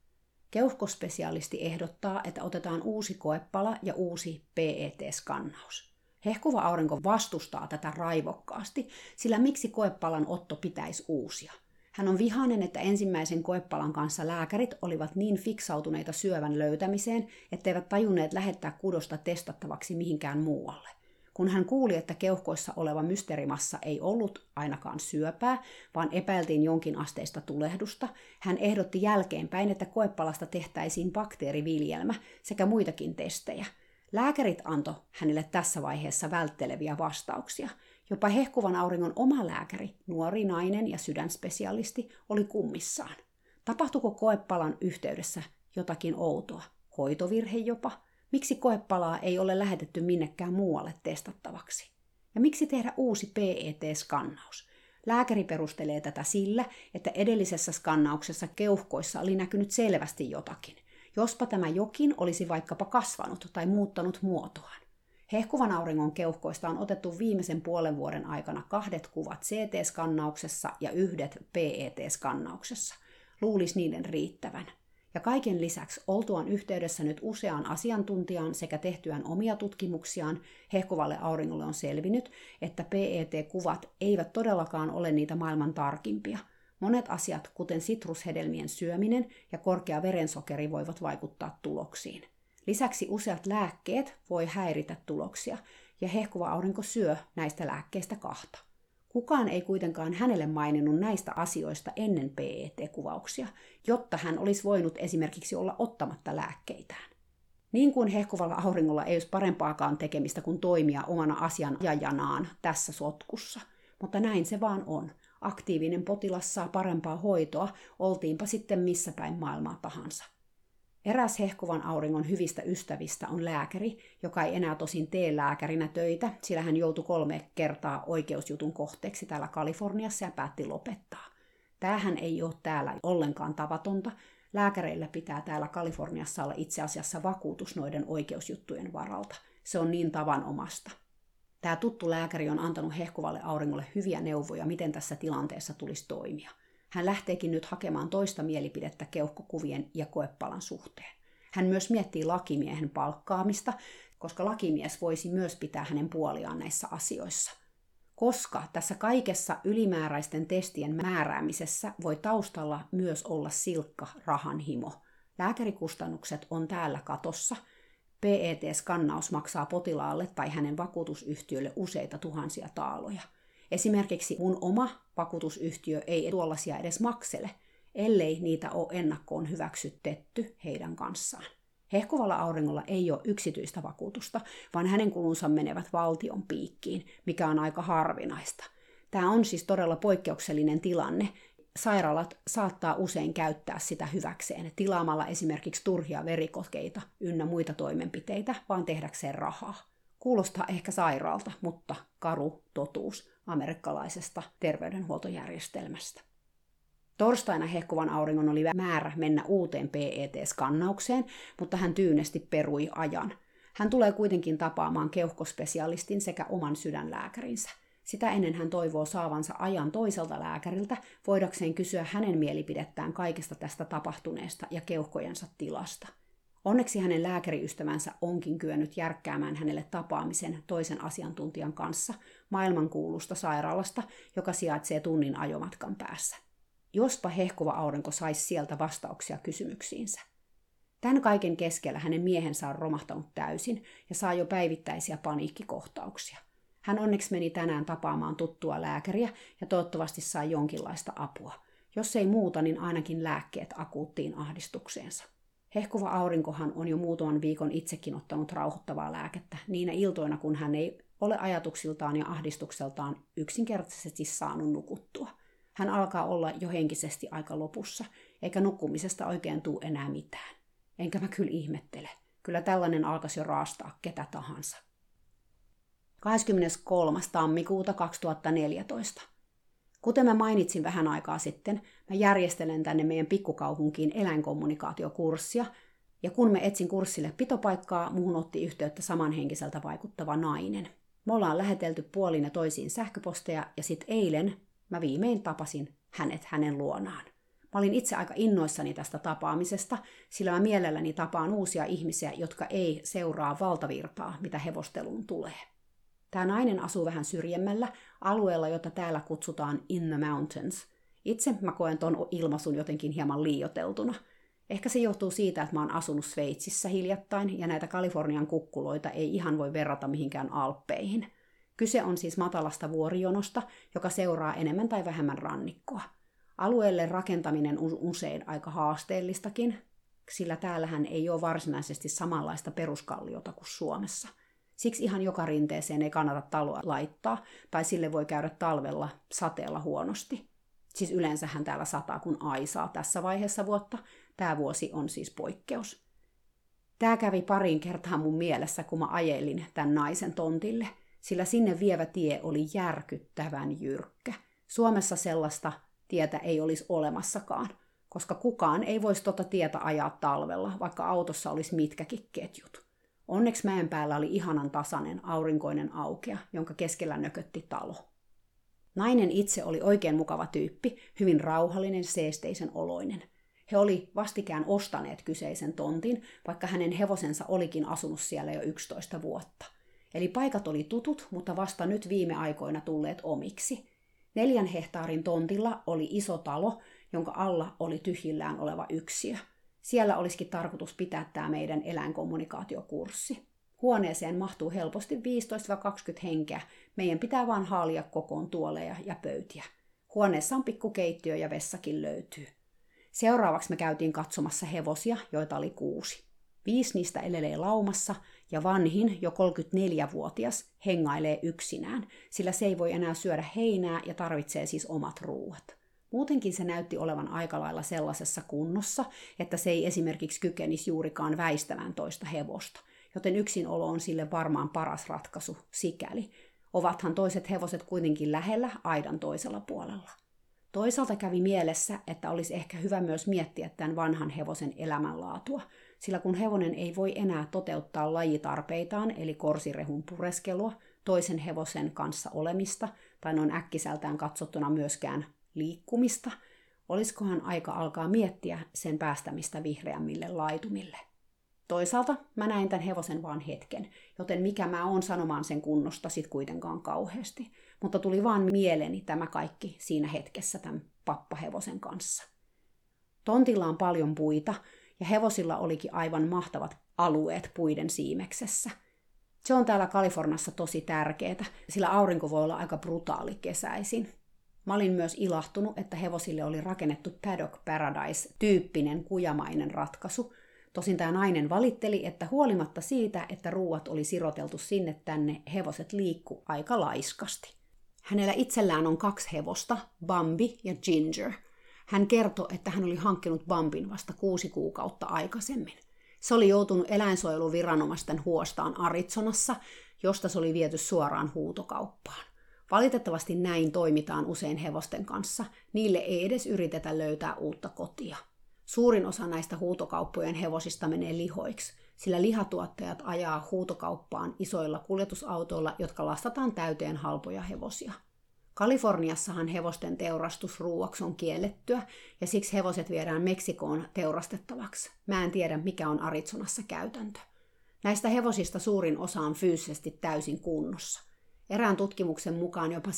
Keuhkospesialisti ehdottaa, että otetaan uusi koepala ja uusi PET-skannaus. Hehkuva aurinko vastustaa tätä raivokkaasti, sillä miksi koepalan otto pitäisi uusia? Hän on vihainen, että ensimmäisen koepalan kanssa lääkärit olivat niin fiksautuneita syövän löytämiseen, etteivät tajunneet lähettää kudosta testattavaksi mihinkään muualle. Kun hän kuuli, että keuhkoissa oleva mysteerimassa ei ollut ainakaan syöpää, vaan epäiltiin jonkin asteista tulehdusta, hän ehdotti jälkeenpäin, että koepalasta tehtäisiin bakteeriviljelmä sekä muitakin testejä. Lääkärit antoi hänelle tässä vaiheessa vältteleviä vastauksia. Jopa hehkuvan auringon oma lääkäri, nuori nainen ja sydänspesialisti, oli kummissaan. Tapahtuiko koepalan yhteydessä jotakin outoa? Hoitovirhe jopa? Miksi koepalaa ei ole lähetetty minnekään muualle testattavaksi? Ja miksi tehdä uusi PET-skannaus? Lääkäri perustelee tätä sillä, että edellisessä skannauksessa keuhkoissa oli näkynyt selvästi jotakin. Jospa tämä jokin olisi vaikkapa kasvanut tai muuttanut muotoaan. Hehkuvan auringon keuhkoista on otettu viimeisen puolen vuoden aikana 2 kuvat CT-skannauksessa ja 1 PET-skannauksessa. Luulisi niiden riittävän. Ja kaiken lisäksi oltuaan yhteydessä nyt useaan asiantuntijaan sekä tehtyään omia tutkimuksiaan, hehkuvalle auringolle on selvinnyt, että PET-kuvat eivät todellakaan ole niitä maailman tarkimpia. Monet asiat, kuten sitrushedelmien syöminen ja korkea verensokeri, voivat vaikuttaa tuloksiin. Lisäksi useat lääkkeet voi häiritä tuloksia, ja hehkuva aurinko syö näistä lääkkeistä 2. Kukaan ei kuitenkaan hänelle maininnut näistä asioista ennen PET-kuvauksia, jotta hän olisi voinut esimerkiksi olla ottamatta lääkkeitään. Niin kuin hehkuvalla auringolla ei olisi parempaakaan tekemistä kuin toimia omana asianajajanaan tässä sotkussa. mutta näin se vaan on. Aktiivinen potilas saa parempaa hoitoa, oltiinpa sitten missä päin maailmaa tahansa. Eräs hehkuvan auringon hyvistä ystävistä on lääkäri, joka ei enää tosin tee lääkärinä töitä, sillä hän joutui 3 kertaa oikeusjutun kohteeksi täällä Kaliforniassa ja päätti lopettaa. Tämähän ei ole täällä ollenkaan tavatonta. Lääkäreillä pitää täällä Kaliforniassa olla itse asiassa vakuutus noiden oikeusjuttujen varalta. Se on niin tavanomasta. Tämä tuttu lääkäri on antanut hehkuvalle auringolle hyviä neuvoja, miten tässä tilanteessa tulisi toimia. Hän lähteekin nyt hakemaan toista mielipidettä keuhkokuvien ja koepalan suhteen. Hän myös miettii lakimiehen palkkaamista, koska lakimies voisi myös pitää hänen puoliaan näissä asioissa. Koska tässä kaikessa ylimääräisten testien määräämisessä voi taustalla myös olla silkka rahanhimo. Lääkärikustannukset on täällä katossa. PET-skannaus maksaa potilaalle tai hänen vakuutusyhtiölle useita tuhansia taaloja. Esimerkiksi mun oma vakuutusyhtiö ei tuollaisia edes maksele, ellei niitä ole ennakkoon hyväksytetty heidän kanssaan. Hehkuvalla auringolla ei ole yksityistä vakuutusta, vaan hänen kulunsa menevät valtion piikkiin, mikä on aika harvinaista. Tämä on siis todella poikkeuksellinen tilanne. Sairaalat saattaa usein käyttää sitä hyväkseen, tilaamalla esimerkiksi turhia verikokeita ynnä muita toimenpiteitä, vaan tehdäkseen rahaa. Kuulostaa ehkä sairaalta, mutta karu totuus amerikkalaisesta terveydenhuoltojärjestelmästä. Torstaina hehkuvan auringon oli määrä mennä uuteen PET-skannaukseen, mutta hän tyynesti perui ajan. Hän tulee kuitenkin tapaamaan keuhkospesialistin sekä oman sydänlääkärinsä. Sitä ennen hän toivoo saavansa ajan toiselta lääkäriltä, voidakseen kysyä hänen mielipidettään kaikesta tästä tapahtuneesta ja keuhkojensa tilasta. Onneksi hänen lääkäriystävänsä onkin kyennyt järkkäämään hänelle tapaamisen toisen asiantuntijan kanssa maailmankuulusta sairaalasta, joka sijaitsee tunnin ajomatkan päässä. Jospa hehkuva aurinko saisi sieltä vastauksia kysymyksiinsä. Tämän kaiken keskellä hänen miehensä on romahtanut täysin ja saa jo päivittäisiä paniikkikohtauksia. Hän onneksi meni tänään tapaamaan tuttua lääkäriä ja toivottavasti saa jonkinlaista apua. Jos ei muuta, niin ainakin lääkkeet akuuttiin ahdistukseensa. Hehkuva aurinkohan on jo muutaman viikon itsekin ottanut rauhoittavaa lääkettä niinä iltoina, kun hän ei ole ajatuksiltaan ja ahdistukseltaan yksinkertaisesti saanut nukuttua. Hän alkaa olla jo henkisesti aika lopussa, eikä nukkumisesta oikein tule enää mitään. Enkä mä kyllä ihmettele. Kyllä tällainen alkaisi jo raastaa ketä tahansa. 23. tammikuuta 2014. Kuten mä mainitsin vähän aikaa sitten, mä järjestelen tänne meidän pikkukaupunkiin eläinkommunikaatiokurssia, ja kun mä etsin kurssille pitopaikkaa, muhun otti yhteyttä samanhenkiseltä vaikuttava nainen. Me ollaan lähetelty puolin ja toisiin sähköposteja, ja sit eilen mä viimein tapasin hänet hänen luonaan. Mä olin itse aika innoissani tästä tapaamisesta, sillä mä mielelläni tapaan uusia ihmisiä, jotka ei seuraa valtavirtaa, mitä hevosteluun tulee. Tämä nainen asuu vähän syrjemmällä alueella, jota täällä kutsutaan In the Mountains. Itse mä koen ton ilmaisun jotenkin hieman liioiteltuna. Ehkä se johtuu siitä, että mä oon asunut Sveitsissä hiljattain, ja näitä Kalifornian kukkuloita ei ihan voi verrata mihinkään Alppeihin. Kyse on siis matalasta vuorijonosta, joka seuraa enemmän tai vähemmän rannikkoa. Alueelle rakentaminen on usein aika haasteellistakin, sillä täällähän ei ole varsinaisesti samanlaista peruskalliota kuin Suomessa. Siksi ihan joka rinteeseen ei kannata taloa laittaa, tai sille voi käydä talvella sateella huonosti. Siis yleensähän täällä sataa kun aisaa tässä vaiheessa vuotta. Tämä vuosi on siis poikkeus. Tämä kävi pariin kertaa mun mielessä, kun mä ajelin tämän naisen tontille, sillä sinne vievä tie oli järkyttävän jyrkkä. Suomessa sellaista tietä ei olisi olemassakaan, koska kukaan ei voisi tota tietä ajaa talvella, vaikka autossa olisi mitkäkin ketjut. Onneksi mäen päällä oli ihanan tasainen, aurinkoinen aukea, jonka keskellä nökötti talo. Nainen itse oli oikein mukava tyyppi, hyvin rauhallinen, seesteisen oloinen. He oli vastikään ostaneet kyseisen tontin, vaikka hänen hevosensa olikin asunut siellä jo 11 vuotta. Eli paikat oli tutut, mutta vasta nyt viime aikoina tulleet omiksi. 4 hehtaarin tontilla oli iso talo, jonka alla oli tyhjillään oleva yksiö. Siellä olisikin tarkoitus pitää tämä meidän eläinkommunikaatiokurssi. Huoneeseen mahtuu helposti 15-20 henkeä. Meidän pitää vaan haalia kokoon tuoleja ja pöytiä. Huoneessa on pikkukeittiö ja vessakin löytyy. Seuraavaksi me käytiin katsomassa hevosia, joita oli 6. 5 niistä elelee laumassa ja vanhin, jo 34-vuotias, hengailee yksinään, sillä se ei voi enää syödä heinää ja tarvitsee siis omat ruuat. Muutenkin se näytti olevan aika lailla sellaisessa kunnossa, että se ei esimerkiksi kykenisi juurikaan väistämään toista hevosta, joten yksinolo on sille varmaan paras ratkaisu sikäli. Ovathan toiset hevoset kuitenkin lähellä aidan toisella puolella. Toisaalta kävi mielessä, että olisi ehkä hyvä myös miettiä tämän vanhan hevosen elämänlaatua, sillä kun hevonen ei voi enää toteuttaa lajitarpeitaan, eli korsirehun pureskelua, toisen hevosen kanssa olemista, tai noin äkkisältään katsottuna myöskään liikkumista, olisikohan aika alkaa miettiä sen päästämistä vihreämmille laitumille. Toisaalta mä näin tämän hevosen vaan hetken, joten mikä mä oon sanomaan sen kunnosta sit kuitenkaan kauheasti. Mutta tuli vaan mieleeni tämä kaikki siinä hetkessä tämän pappahevosen kanssa. Tontilla on paljon puita ja hevosilla olikin aivan mahtavat alueet puiden siimeksessä. Se on täällä Kaliforniassa tosi tärkeää, sillä aurinko voi olla aika brutaali kesäisin. Mä olin myös ilahtunut, että hevosille oli rakennettu Paddock Paradise-tyyppinen kujamainen ratkaisu. Tosin tämä nainen valitteli, että huolimatta siitä, että ruuat oli siroteltu sinne tänne, hevoset liikku aika laiskasti. Hänellä itsellään on 2 hevosta, Bambi ja Ginger. Hän kertoi, että hän oli hankkinut Bambin vasta 6 kuukautta aikaisemmin. Se oli joutunut eläinsuojeluviranomaisten huostaan Arizonassa, josta se oli viety suoraan huutokauppaan. Valitettavasti näin toimitaan usein hevosten kanssa. Niille ei edes yritetä löytää uutta kotia. Suurin osa näistä huutokauppojen hevosista menee lihoiksi, sillä lihatuottajat ajaa huutokauppaan isoilla kuljetusautoilla, jotka lastataan täyteen halpoja hevosia. Kaliforniassahan hevosten teurastus ruuaksi on kiellettyä, ja siksi hevoset viedään Meksikoon teurastettavaksi. Mä en tiedä, mikä on Arizonassa käytäntö. Näistä hevosista suurin osa on fyysisesti täysin kunnossa. Erään tutkimuksen mukaan jopa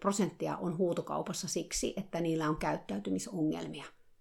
70% on huutokaupassa siksi, että niillä on käyttäytymisongelmia.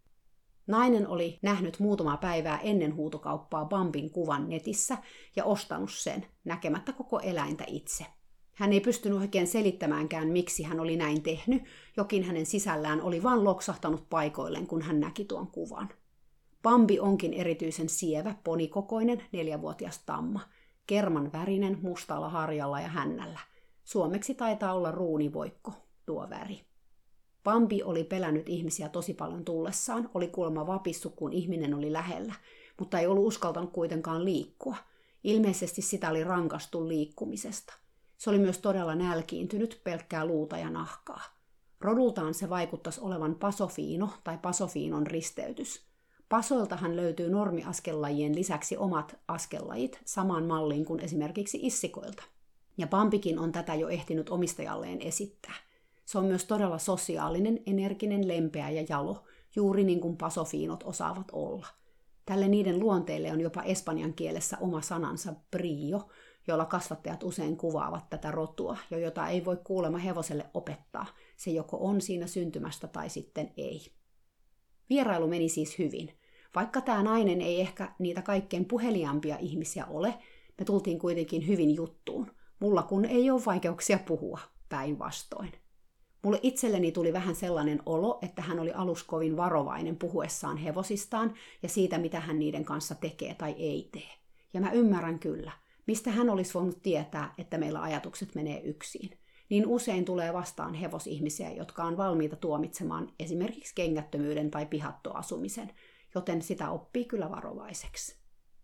Nainen oli nähnyt muutamaa päivää ennen huutokauppaa Bambin kuvan netissä ja ostanut sen, näkemättä koko eläintä itse. Hän ei pystynyt oikein selittämäänkään, miksi hän oli näin tehnyt, jokin hänen sisällään oli vain loksahtanut paikoilleen, kun hän näki tuon kuvan. Bambi onkin erityisen sievä, ponikokoinen, 4-vuotias tamma, kerman värinen, mustalla harjalla ja hännällä. Suomeksi taitaa olla ruunivoikko, tuo väri. Bambi oli pelännyt ihmisiä tosi paljon tullessaan, oli kuulemma vapissu, kun ihminen oli lähellä, mutta ei ollut uskaltanut kuitenkaan liikkua. Ilmeisesti sitä oli rankastu liikkumisesta. Se oli myös todella nälkiintynyt, pelkkää luuta ja nahkaa. Rodultaan se vaikuttaisi olevan pasofiino tai pasofiinon risteytys. Pasoiltahan löytyy normiaskellajien lisäksi omat askellajit samaan malliin kuin esimerkiksi issikoilta. Ja Bambikin on tätä jo ehtinyt omistajalleen esittää. Se on myös todella sosiaalinen, energinen, lempeä ja jalo, juuri niin kuin pasofiinot osaavat olla. Tälle niiden luonteelle on jopa espanjan kielessä oma sanansa brio, jolla kasvattajat usein kuvaavat tätä rotua, ja jota ei voi kuulemma hevoselle opettaa. Se joko on siinä syntymästä tai sitten ei. Vierailu meni siis hyvin. Vaikka tämä nainen ei ehkä niitä kaikkein puheliaampia ihmisiä ole, me tultiin kuitenkin hyvin juttuun. Mulla kun ei ole vaikeuksia puhua, päinvastoin. Mulle itselleni tuli vähän sellainen olo, että hän oli aluksi kovin varovainen puhuessaan hevosistaan ja siitä, mitä hän niiden kanssa tekee tai ei tee. Ja mä ymmärrän kyllä, mistä hän olisi voinut tietää, että meillä ajatukset menee yksin. Niin usein tulee vastaan hevosihmisiä, jotka on valmiita tuomitsemaan esimerkiksi kengättömyyden tai pihattoasumisen, joten sitä oppii kyllä varovaiseksi.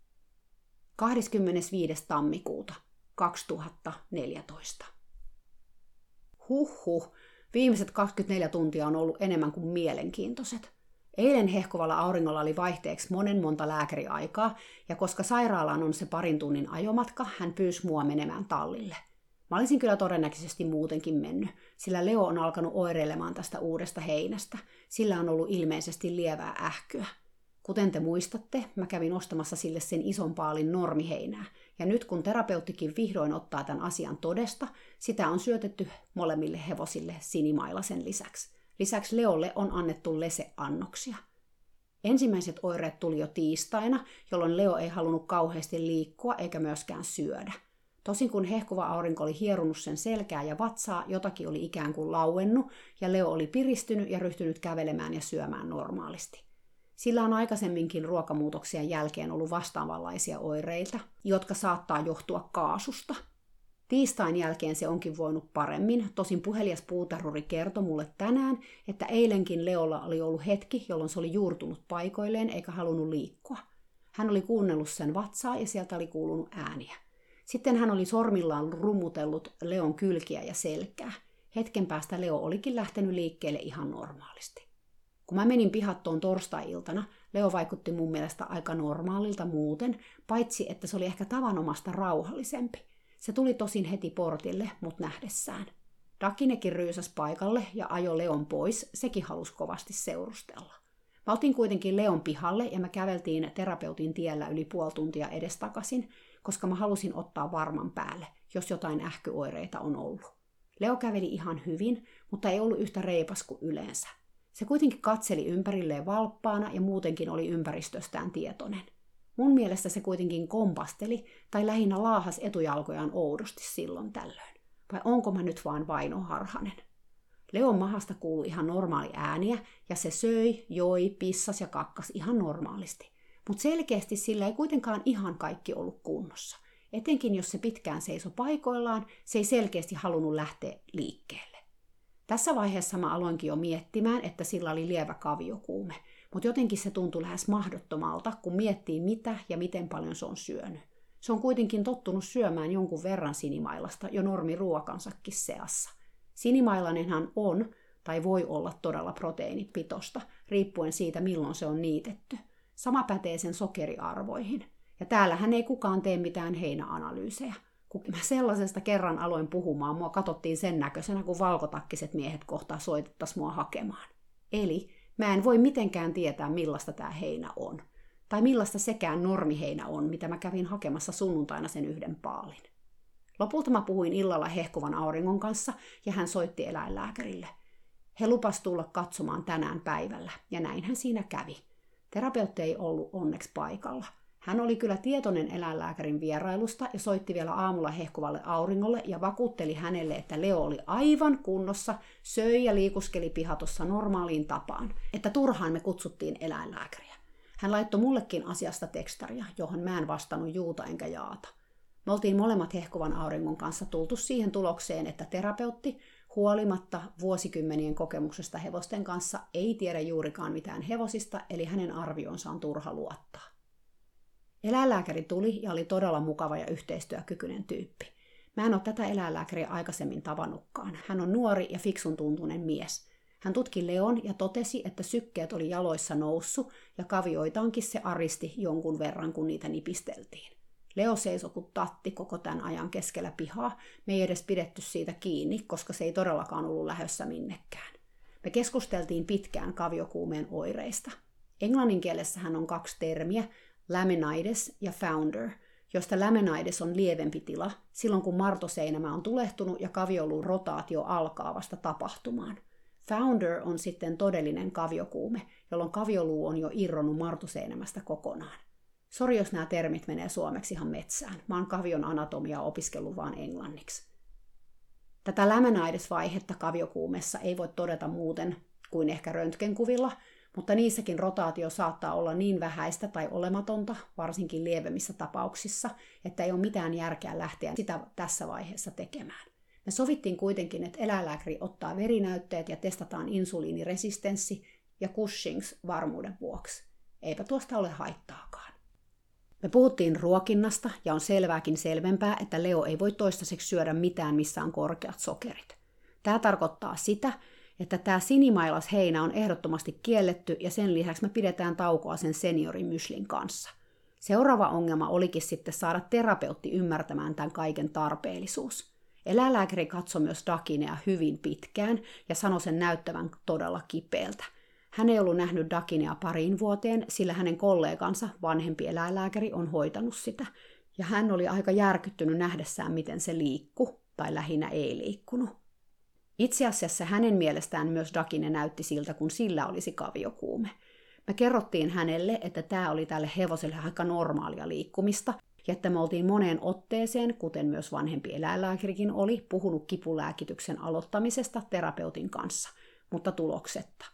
25. tammikuuta 2014. Huhhuh, viimeiset 24 tuntia on ollut enemmän kuin mielenkiintoiset. Eilen hehkovalla auringolla oli vaihteeksi monta lääkäriaikaa, ja koska sairaalaan on se 2 tunnin ajomatka, hän pyysi mua menemään tallille. Mä olisin kyllä todennäköisesti muutenkin mennyt, sillä Leo on alkanut oireilemaan tästä uudesta heinästä. Sillä on ollut ilmeisesti lievää ähkyä. Kuten te muistatte, mä kävin ostamassa sille sen ison paalin normiheinää, ja nyt kun terapeuttikin vihdoin ottaa tämän asian todesta, sitä on syötetty molemmille hevosille sinimailasen lisäksi. Lisäksi Leolle on annettu leseannoksia. Ensimmäiset oireet tuli jo tiistaina, jolloin Leo ei halunnut kauheasti liikkua eikä myöskään syödä. Tosin kun hehkuva aurinko oli hierunut sen selkää ja vatsaa, jotakin oli ikään kuin lauennut, ja Leo oli piristynyt ja ryhtynyt kävelemään ja syömään normaalisti. Sillä on aikaisemminkin ruokamuutoksien jälkeen ollut vastaavanlaisia oireita, jotka saattaa johtua kaasusta. Tiistain jälkeen se onkin voinut paremmin, tosin puhelias puutarhuri kertoi mulle tänään, että eilenkin Leolla oli ollut hetki, jolloin se oli juurtunut paikoilleen eikä halunnut liikkua. Hän oli kuunnellut sen vatsaa ja sieltä oli kuulunut ääniä. Sitten hän oli sormillaan rummutellut Leon kylkiä ja selkää. Hetken päästä Leo olikin lähtenyt liikkeelle ihan normaalisti. Kun mä menin pihattoon torstai-iltana, Leo vaikutti mun mielestä aika normaalilta muuten, paitsi että se oli ehkä tavanomasta rauhallisempi. Se tuli tosin heti portille, mut nähdessään. Dakinekin ryysäsi paikalle ja ajoi Leon pois, sekin halusi kovasti seurustella. Mä otin kuitenkin Leon pihalle ja me käveltiin terapeutin tiellä yli puoli tuntia edestakaisin, koska mä halusin ottaa varman päälle, jos jotain ähkyoireita on ollut. Leo käveli ihan hyvin, mutta ei ollut yhtä reipas kuin yleensä. Se kuitenkin katseli ympärilleen valppaana ja muutenkin oli ympäristöstään tietoinen. Mun mielestä se kuitenkin kompasteli tai lähinnä laahas etujalkojaan oudosti silloin tällöin. Vai onko mä nyt vaan Vaino Harhanen? Leon mahasta kuului ihan normaali ääniä ja se söi, joi, pissas ja kakkas ihan normaalisti. Mutta selkeästi sillä ei kuitenkaan ihan kaikki ollut kunnossa. Etenkin jos se pitkään seisoi paikoillaan, se ei selkeästi halunnut lähteä liikkeelle. Tässä vaiheessa mä aloinkin jo miettimään, että sillä oli lievä kaviokuume, mutta jotenkin se tuntui lähes mahdottomalta, kun miettii mitä ja miten paljon se on syönyt. Se on kuitenkin tottunut syömään jonkun verran sinimailasta jo normiruokansakin seassa. Sinimailanenhan on tai voi olla todella proteiinipitoista, riippuen siitä milloin se on niitetty. Sama pätee sen sokeriarvoihin. Ja täällähän ei kukaan tee mitään heinäanalyysejä. Kun mä sellaisesta kerran aloin puhumaan, mua katsottiin sen näköisenä, kun valkotakkiset miehet kohtaa soitettaisiin mua hakemaan. Eli mä en voi mitenkään tietää, millaista tää heinä on. Tai millaista sekään normiheinä on, mitä mä kävin hakemassa sunnuntaina sen yhden paalin. Lopulta mä puhuin illalla hehkuvan auringon kanssa ja hän soitti eläinlääkärille. He lupas tulla katsomaan tänään päivällä ja näinhän siinä kävi. Terapeutti ei ollut onneksi paikalla. Hän oli kyllä tietoinen eläinlääkärin vierailusta ja soitti vielä aamulla hehkuvalle auringolle ja vakuutteli hänelle, että Leo oli aivan kunnossa, söi ja liikuskeli pihatossa normaaliin tapaan, että turhaan me kutsuttiin eläinlääkäriä. Hän laittoi mullekin asiasta tekstaria, johon mä en vastannut juuta enkä jaata. Me oltiin molemmat hehkuvan auringon kanssa tultu siihen tulokseen, että terapeutti, huolimatta vuosikymmenien kokemuksesta hevosten kanssa, ei tiedä juurikaan mitään hevosista, eli hänen arvionsa on turha luottaa. Eläinlääkäri tuli ja oli todella mukava ja yhteistyökykyinen tyyppi. Mä en ole tätä eläinlääkäriä aikaisemmin tavannutkaan. Hän on nuori ja fiksun tuntunen mies. Hän tutki Leon ja totesi, että sykkeet oli jaloissa noussut ja kavioitaankin se aristi jonkun verran, kun niitä nipisteltiin. Leo seisoi kuin tatti koko tämän ajan keskellä pihaa. Me ei edes pidetty siitä kiinni, koska se ei todellakaan ollut lähdössä minnekään. Me keskusteltiin pitkään kaviokuumeen oireista. Englannin kielessähän on 2 termiä, laminitis ja founder, josta laminitis on lievempi tila, silloin kun martoseinämä on tulehtunut ja kavioluun rotaatio alkaa vasta tapahtumaan. Founder on sitten todellinen kaviokuume, jolloin kavioluu on jo irronnut martoseinämästä kokonaan. Sori, jos nämä termit menee suomeksi ihan metsään. Mä oon kavion anatomiaa opiskellut vaan englanniksi. Tätä laminitis-vaihetta kaviokuumessa ei voi todeta muuten kuin ehkä röntgenkuvilla, mutta niissäkin rotaatio saattaa olla niin vähäistä tai olematonta, varsinkin lievemmissä tapauksissa, että ei ole mitään järkeä lähteä sitä tässä vaiheessa tekemään. Me sovittiin kuitenkin, että eläinlääkäri ottaa verinäytteet ja testataan insuliiniresistenssi ja Cushings varmuuden vuoksi. Eipä tuosta ole haittaakaan. Me puhuttiin ruokinnasta ja on selvääkin selvempää, että Leo ei voi toistaiseksi syödä mitään, missä on korkeat sokerit. Tämä tarkoittaa sitä, että tämä sinimailas heinä on ehdottomasti kielletty ja sen lisäksi me pidetään taukoa sen seniorimyslin kanssa. Seuraava ongelma olikin sitten saada terapeutti ymmärtämään tämän kaiken tarpeellisuus. Eläinlääkäri katsoi myös Dakinea hyvin pitkään ja sanoi sen näyttävän todella kipeältä. Hän ei ollut nähnyt Dakinea pariin vuoteen, sillä hänen kollegansa, vanhempi eläinlääkäri, on hoitanut sitä. Ja hän oli aika järkyttynyt nähdessään, miten se liikkui, tai lähinnä ei liikkunut. Itse asiassa hänen mielestään myös Dakine näytti siltä, kun sillä olisi kaviokuume. Me kerrottiin hänelle, että tämä oli tälle hevoselle aika normaalia liikkumista, ja että me oltiin moneen otteeseen, kuten myös vanhempi eläinlääkärikin oli, puhunut kipulääkityksen aloittamisesta terapeutin kanssa, mutta tuloksetta.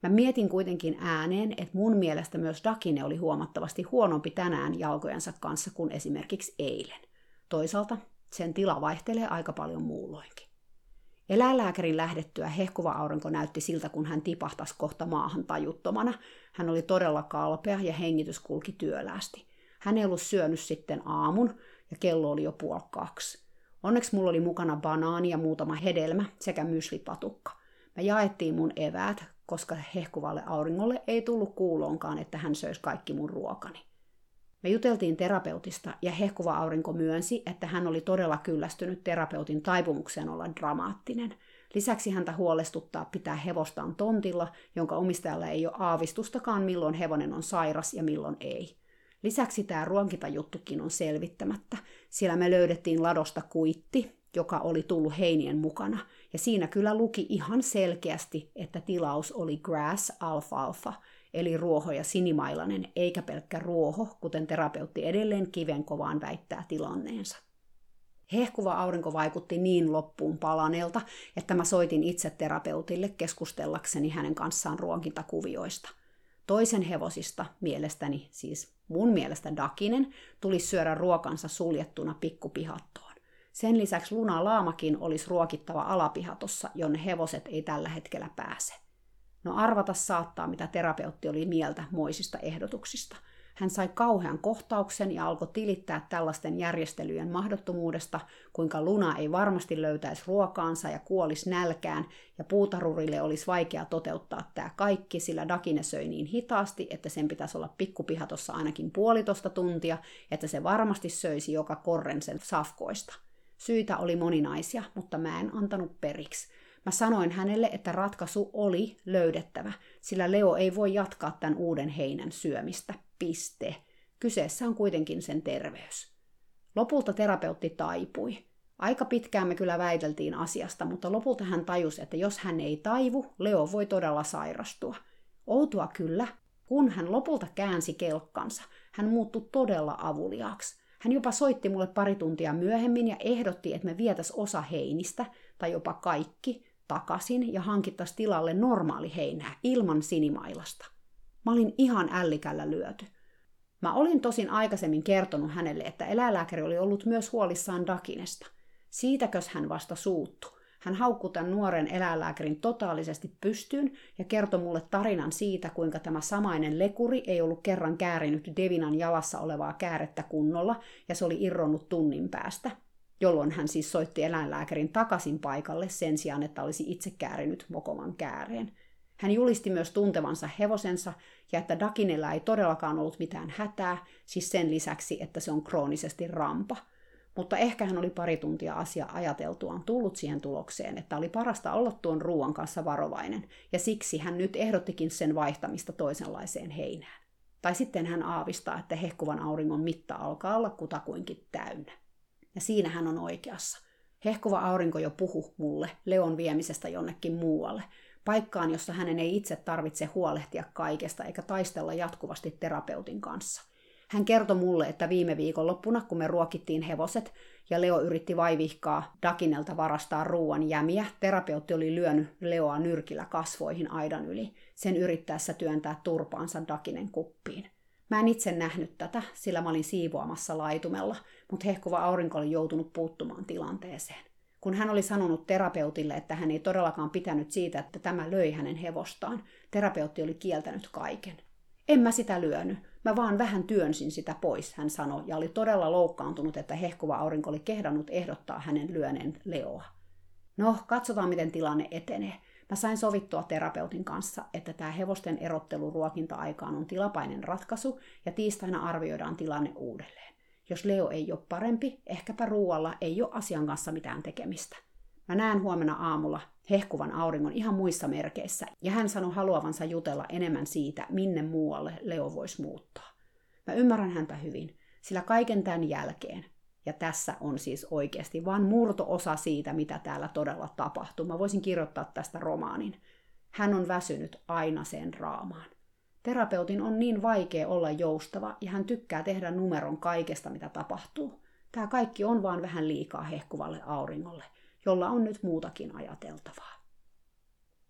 Mä mietin kuitenkin ääneen, että mun mielestä myös Dakine oli huomattavasti huonompi tänään jalkojensa kanssa kuin esimerkiksi eilen. Toisaalta sen tila vaihtelee aika paljon muulloinkin. Eläinlääkärin lähdettyä hehkuva aurinko näytti siltä, kun hän tipahtasi kohta maahan tajuttomana. Hän oli todella kalpea ja hengitys kulki työläästi. Hän ei ollut syönyt sitten aamun ja kello oli jo 1:30. Onneksi mulla oli mukana banaani ja muutama hedelmä sekä myslipatukka. Me jaettiin mun eväät, koska hehkuvalle auringolle ei tullut kuuloonkaan, että hän söisi kaikki mun ruokani. Me juteltiin terapeutista ja hehkuva aurinko myönsi, että hän oli todella kyllästynyt terapeutin taipumukseen olla dramaattinen. Lisäksi häntä huolestuttaa pitää hevostaan tontilla, jonka omistajalla ei ole aavistustakaan, milloin hevonen on sairas ja milloin ei. Lisäksi tämä ruokintajuttukin on selvittämättä, sillä me löydettiin ladosta kuitti, joka oli tullut heinien mukana. Ja siinä kyllä luki ihan selkeästi, että tilaus oli grass alfalfa, eli ruoho ja sinimailainen, eikä pelkkä ruoho, kuten terapeutti edelleen kivenkovaan väittää tilanneensa. Hehkuva aurinko vaikutti niin loppuun palaneelta, että mä soitin itse terapeutille keskustellakseni hänen kanssaan ruokintakuvioista. Toisen hevosista mielestäni, siis mun mielestä Dakinen, tulisi syödä ruokansa suljettuna pikkupihattoon. Sen lisäksi Luna-laamakin olisi ruokittava alapihatossa, jonne hevoset ei tällä hetkellä pääse. No arvata saattaa, mitä terapeutti oli mieltä moisista ehdotuksista. Hän sai kauhean kohtauksen ja alkoi tilittää tällaisten järjestelyjen mahdottomuudesta, kuinka Luna ei varmasti löytäisi ruokaansa ja kuolisi nälkään, ja puutarurille olisi vaikea toteuttaa tämä kaikki, sillä Dakine söi niin hitaasti, että sen pitäisi olla pikkupihatossa ainakin 1,5 tuntia, että se varmasti söisi joka korren sen safkoista. Syitä oli moninaisia, mutta mä en antanut periksi. Mä sanoin hänelle, että ratkaisu oli löydettävä, sillä Leo ei voi jatkaa tämän uuden heinän syömistä. Piste. Kyseessä on kuitenkin sen terveys. Lopulta terapeutti taipui. Aika pitkään me kyllä väiteltiin asiasta, mutta lopulta hän tajusi, että jos hän ei taivu, Leo voi todella sairastua. Outoa kyllä, kun hän lopulta käänsi kelkkansa, hän muuttui todella avuliaaksi. Hän jopa soitti mulle 2 tuntia myöhemmin ja ehdotti, että me vietäis osa heinistä, tai jopa kaikki, takaisin ja hankittaisiin tilalle normaali heinää ilman sinimailasta. Mä olin ihan ällikällä lyöty. Mä olin tosin aikaisemmin kertonut hänelle, että eläinlääkäri oli ollut myös huolissaan Dakinesta. Siitäkös hän vasta suuttui. Hän haukkui tämän nuoren eläinlääkärin totaalisesti pystyyn ja kertoi mulle tarinan siitä, kuinka tämä samainen lekuri ei ollut kerran käärinyt Devinan jalassa olevaa käärettä kunnolla ja se oli irronnut tunnin päästä, jolloin hän siis soitti eläinlääkärin takaisin paikalle sen sijaan, että olisi itse käärinyt mokoman kääreen. Hän julisti myös tuntevansa hevosensa ja että Dakinella ei todellakaan ollut mitään hätää, siis sen lisäksi, että se on kroonisesti rampa. Mutta ehkä hän oli 2 tuntia asiaa ajateltuaan tullut siihen tulokseen, että oli parasta olla tuon ruoan kanssa varovainen, ja siksi hän nyt ehdottikin sen vaihtamista toisenlaiseen heinään. Tai sitten hän aavistaa, että hehkuvan auringon mitta alkaa olla kutakuinkin täynnä. Ja siinä hän on oikeassa. Hehkuva aurinko jo puhui mulle Leon viemisestä jonnekin muualle, paikkaan, jossa hänen ei itse tarvitse huolehtia kaikesta eikä taistella jatkuvasti terapeutin kanssa. Hän kertoi mulle, että viime viikonloppuna, kun me ruokittiin hevoset ja Leo yritti vaivihkaa Dakinelta varastaa ruuan jämiä, terapeutti oli lyönyt Leoa nyrkillä kasvoihin aidan yli, sen yrittäessä työntää turpaansa Dakinen kuppiin. Mä en itse nähnyt tätä, sillä mä olin siivoamassa laitumella, mutta hehkuva aurinko oli joutunut puuttumaan tilanteeseen. Kun hän oli sanonut terapeutille, että hän ei todellakaan pitänyt siitä, että tämä löi hänen hevostaan, terapeutti oli kieltänyt kaiken. En mä sitä lyönyt, mä vaan vähän työnsin sitä pois, hän sanoi, ja oli todella loukkaantunut, että hehkuva aurinko oli kehdannut ehdottaa hänen lyöneen Leoa. No, katsotaan miten tilanne etenee. Mä sain sovittua terapeutin kanssa, että tämä hevosten erottelu ruokinta-aikaan on tilapäinen ratkaisu, ja tiistaina arvioidaan tilanne uudelleen. Jos Leo ei ole parempi, ehkäpä ruualla ei ole asian kanssa mitään tekemistä. Mä näen huomenna aamulla hehkuvan auringon ihan muissa merkeissä, ja hän sanoi haluavansa jutella enemmän siitä, minne muualle Leo voisi muuttaa. Mä ymmärrän häntä hyvin, sillä kaiken tämän jälkeen, ja tässä on siis oikeasti vain murto-osa siitä, mitä täällä todella tapahtuu. Mä voisin kirjoittaa tästä romaanin. Hän on väsynyt aina sen draamaan. Terapeutin on niin vaikea olla joustava, ja hän tykkää tehdä numeron kaikesta, mitä tapahtuu. Tämä kaikki on vaan vähän liikaa hehkuvalle auringolle, jolla on nyt muutakin ajateltavaa.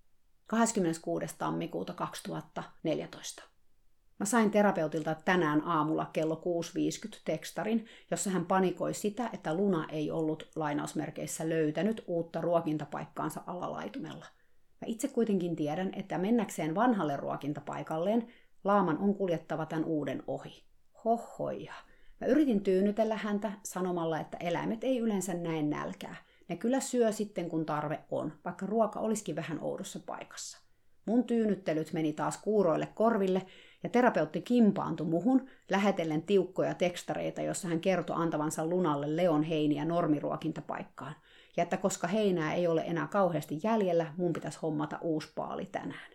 26. tammikuuta 2014. Mä sain terapeutilta tänään aamulla kello 6.50 tekstarin, jossa hän panikoi sitä, että Luna ei ollut lainausmerkeissä löytänyt uutta ruokintapaikkaansa alalaitumella. Mä itse kuitenkin tiedän, että mennäkseen vanhalle ruokintapaikalleen laaman on kuljettava tämän uuden ohi. Hohoja. Mä yritin tyynnytellä häntä sanomalla, että eläimet ei yleensä näe nälkää. Ne kyllä syö sitten, kun tarve on, vaikka ruoka olisikin vähän oudossa paikassa. Mun tyynnyttelyt meni taas kuuroille korville, ja terapeutti kimpaantui muhun, lähetellen tiukkoja tekstareita, jossa hän kertoi antavansa Lunalle Leon heiniä normiruokintapaikkaan, ja että koska heinää ei ole enää kauheasti jäljellä, mun pitäisi hommata uusi paali tänään.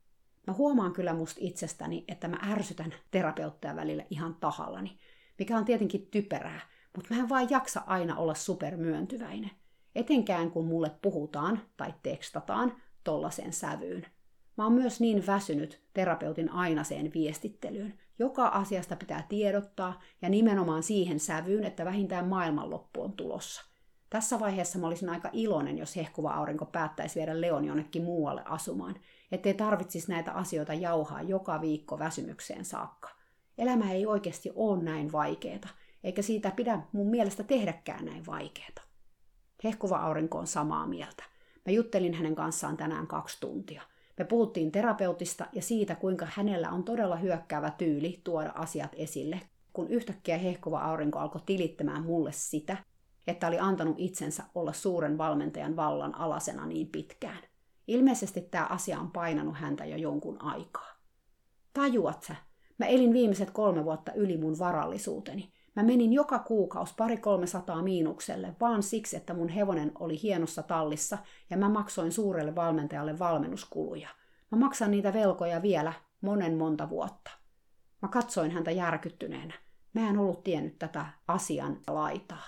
Mä huomaan kyllä musta itsestäni, että mä ärsytän terapeuttia välillä ihan tahallani, mikä on tietenkin typerää, mutta mä en vaan jaksa aina olla supermyöntyväinen. Etenkään kun mulle puhutaan tai tekstataan tollaiseen sävyyn. Mä oon myös niin väsynyt terapeutin ainaiseen viestittelyyn. Joka asiasta pitää tiedottaa ja nimenomaan siihen sävyyn, että vähintään maailmanloppu on tulossa. Tässä vaiheessa mä olisin aika iloinen, jos hehkuva aurinko päättäisi viedä Leon jonnekin muualle asumaan, ettei tarvitsisi näitä asioita jauhaa joka viikko väsymykseen saakka. Elämä ei oikeasti ole näin vaikeeta, eikä siitä pidä mun mielestä tehdäkään näin vaikeeta. Hehkuva aurinko on samaa mieltä. Mä juttelin hänen kanssaan tänään 2 tuntia. Me puhuttiin terapeutista ja siitä, kuinka hänellä on todella hyökkäävä tyyli tuoda asiat esille, kun yhtäkkiä hehkuva aurinko alkoi tilittämään mulle sitä, että oli antanut itsensä olla suuren valmentajan vallan alasena niin pitkään. Ilmeisesti tämä asia on painanut häntä jo jonkun aikaa. Tajuat sä? Mä elin viimeiset 3 vuotta yli mun varallisuuteni. Mä menin joka kuukausi 200-300 miinukselle vaan siksi, että mun hevonen oli hienossa tallissa ja mä maksoin suurelle valmentajalle valmennuskuluja. Mä maksan niitä velkoja vielä monta vuotta. Mä katsoin häntä järkyttyneenä. Mä en ollut tiennyt tätä asian laitaa.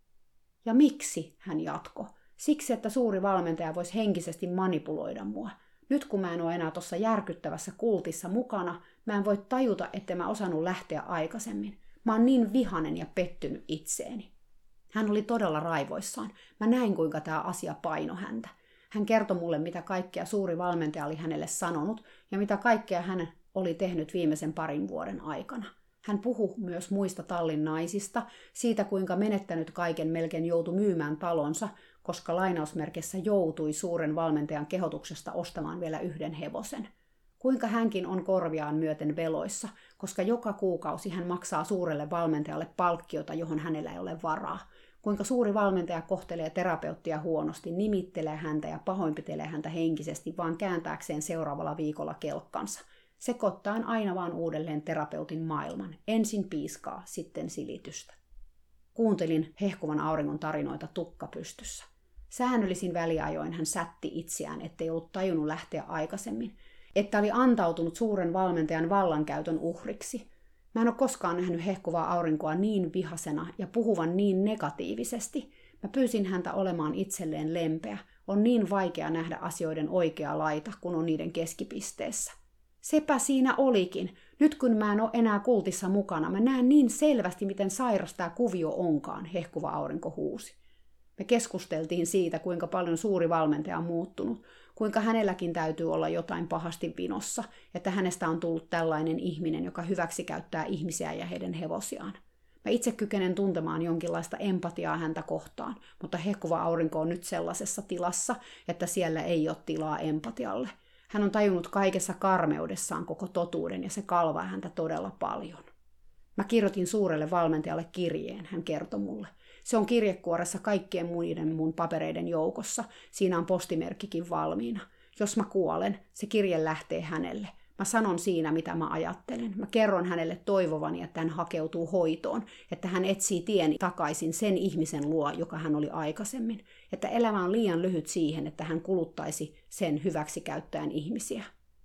Ja miksi, hän jatkoi? Siksi, että suuri valmentaja voisi henkisesti manipuloida mua. Nyt kun mä en ole enää tuossa järkyttävässä kultissa mukana, mä en voi tajuta, että mä osannut lähteä aikaisemmin. Mä oon niin vihanen ja pettynyt itseeni. Hän oli todella raivoissaan. Mä näin, kuinka tämä asia painoi häntä. Hän kertoi mulle, mitä kaikkea suuri valmentaja oli hänelle sanonut ja mitä kaikkea hän oli tehnyt viimeisen 2 vuoden aikana. Hän puhui myös muista tallin naisista, siitä kuinka menettänyt kaiken melkein joutui myymään talonsa, koska lainausmerkissä joutui suuren valmentajan kehotuksesta ostamaan vielä 1 hevosen. Kuinka hänkin on korviaan myöten veloissa, koska joka kuukausi hän maksaa suurelle valmentajalle palkkiota, johon hänellä ei ole varaa. Kuinka suuri valmentaja kohtelee terapeuttia huonosti, nimittelee häntä ja pahoinpitelee häntä henkisesti, vaan kääntääkseen seuraavalla viikolla kelkkansa. Sekoittaen aina vaan uudelleen terapeutin maailman. Ensin piiskaa, sitten silitystä. Kuuntelin hehkuvan auringon tarinoita tukka pystyssä. Säännöllisin väliajoin hän sätti itseään, ettei ollut tajunnut lähteä aikaisemmin. Että oli antautunut suuren valmentajan vallankäytön uhriksi. Mä en ole koskaan nähnyt hehkuvaa aurinkoa niin vihasena ja puhuvan niin negatiivisesti. Mä pyysin häntä olemaan itselleen lempeä. On niin vaikea nähdä asioiden oikea laita, kun on niiden keskipisteessä. Sepä siinä olikin. Nyt kun mä en ole enää kultissa mukana, mä näen niin selvästi, miten sairas tää kuvio onkaan, hehkuva aurinko huusi. Me keskusteltiin siitä, kuinka paljon suuri valmentaja on muuttunut, kuinka hänelläkin täytyy olla jotain pahasti vinossa, että hänestä on tullut tällainen ihminen, joka hyväksikäyttää ihmisiä ja heidän hevosiaan. Mä itse kykenen tuntemaan jonkinlaista empatiaa häntä kohtaan, mutta hehkuva aurinko on nyt sellaisessa tilassa, että siellä ei ole tilaa empatialle. Hän on tajunnut kaikessa karmeudessaan koko totuuden ja se kalvaa häntä todella paljon. Mä kirjoitin suurelle valmentajalle kirjeen, hän kertoi mulle. Se on kirjekuoressa kaikkien muiden mun papereiden joukossa. Siinä on postimerkkikin valmiina. Jos mä kuolen, se kirje lähtee hänelle. Mä sanon siinä, mitä mä ajattelen. Mä kerron hänelle toivovani, että hän hakeutuu hoitoon, että hän etsii tien takaisin sen ihmisen luo, joka hän oli aikaisemmin. Että elämä on liian lyhyt siihen, että hän kuluttaisi sen hyväksi käyttäen ihmisiä.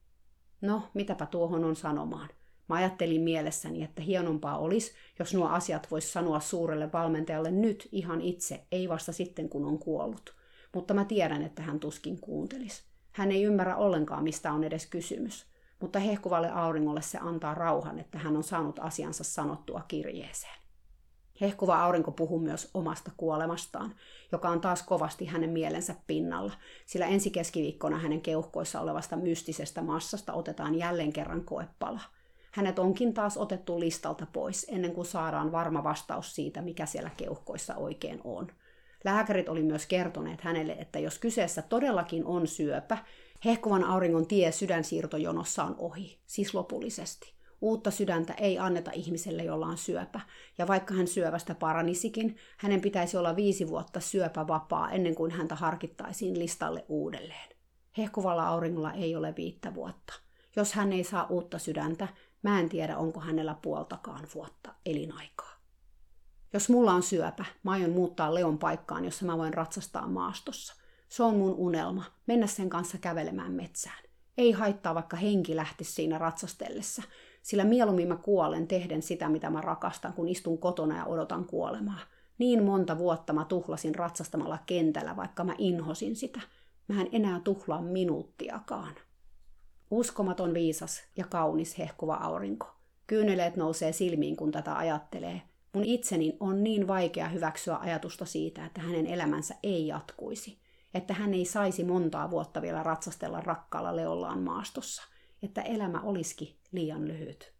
No, mitäpä tuohon on sanomaan. Mä ajattelin mielessäni, että hienompaa olisi, jos nuo asiat vois sanoa suurelle valmentajalle nyt ihan itse, ei vasta sitten kun on kuollut. Mutta mä tiedän, että hän tuskin kuuntelisi. Hän ei ymmärrä ollenkaan, mistä on edes kysymys. Mutta hehkuvalle auringolle se antaa rauhan, että hän on saanut asiansa sanottua kirjeeseen. Hehkuva aurinko puhuu myös omasta kuolemastaan, joka on taas kovasti hänen mielensä pinnalla, sillä ensi keskiviikkona hänen keuhkoissa olevasta mystisestä massasta otetaan jälleen kerran koepala. Hänet onkin taas otettu listalta pois, ennen kuin saadaan varma vastaus siitä, mikä siellä keuhkoissa oikein on. Lääkärit oli myös kertoneet hänelle, että jos kyseessä todellakin on syöpä, hehkuvan auringon tie sydänsiirtojonossa on ohi, siis lopullisesti. Uutta sydäntä ei anneta ihmiselle, jolla on syöpä, ja vaikka hän syövästä paranisikin, hänen pitäisi olla 5 vuotta syöpävapaa ennen kuin häntä harkittaisiin listalle uudelleen. Hehkuvalla auringolla ei ole 5 vuotta. Jos hän ei saa uutta sydäntä, mä en tiedä, onko hänellä 0,5 vuotta elinaikaa. Jos mulla on syöpä, mä aion muuttaa Leon paikkaan, jossa mä voin ratsastaa maastossa. Se on mun unelma, mennä sen kanssa kävelemään metsään. Ei haittaa, vaikka henki lähtisi siinä ratsastellessa, sillä mieluummin mä kuolen tehden sitä, mitä mä rakastan, kun istun kotona ja odotan kuolemaa. Niin monta vuotta mä tuhlasin ratsastamalla kentällä, vaikka mä inhosin sitä. Mä en enää tuhlaa minuuttiakaan. Uskomaton viisas ja kaunis hehkuva aurinko. Kyyneleet nousee silmiin, kun tätä ajattelee. Mun itseni on niin vaikea hyväksyä ajatusta siitä, että hänen elämänsä ei jatkuisi. Että hän ei saisi montaa vuotta vielä ratsastella rakkaalla Leollaan maastossa. Että elämä olisikin liian lyhyt.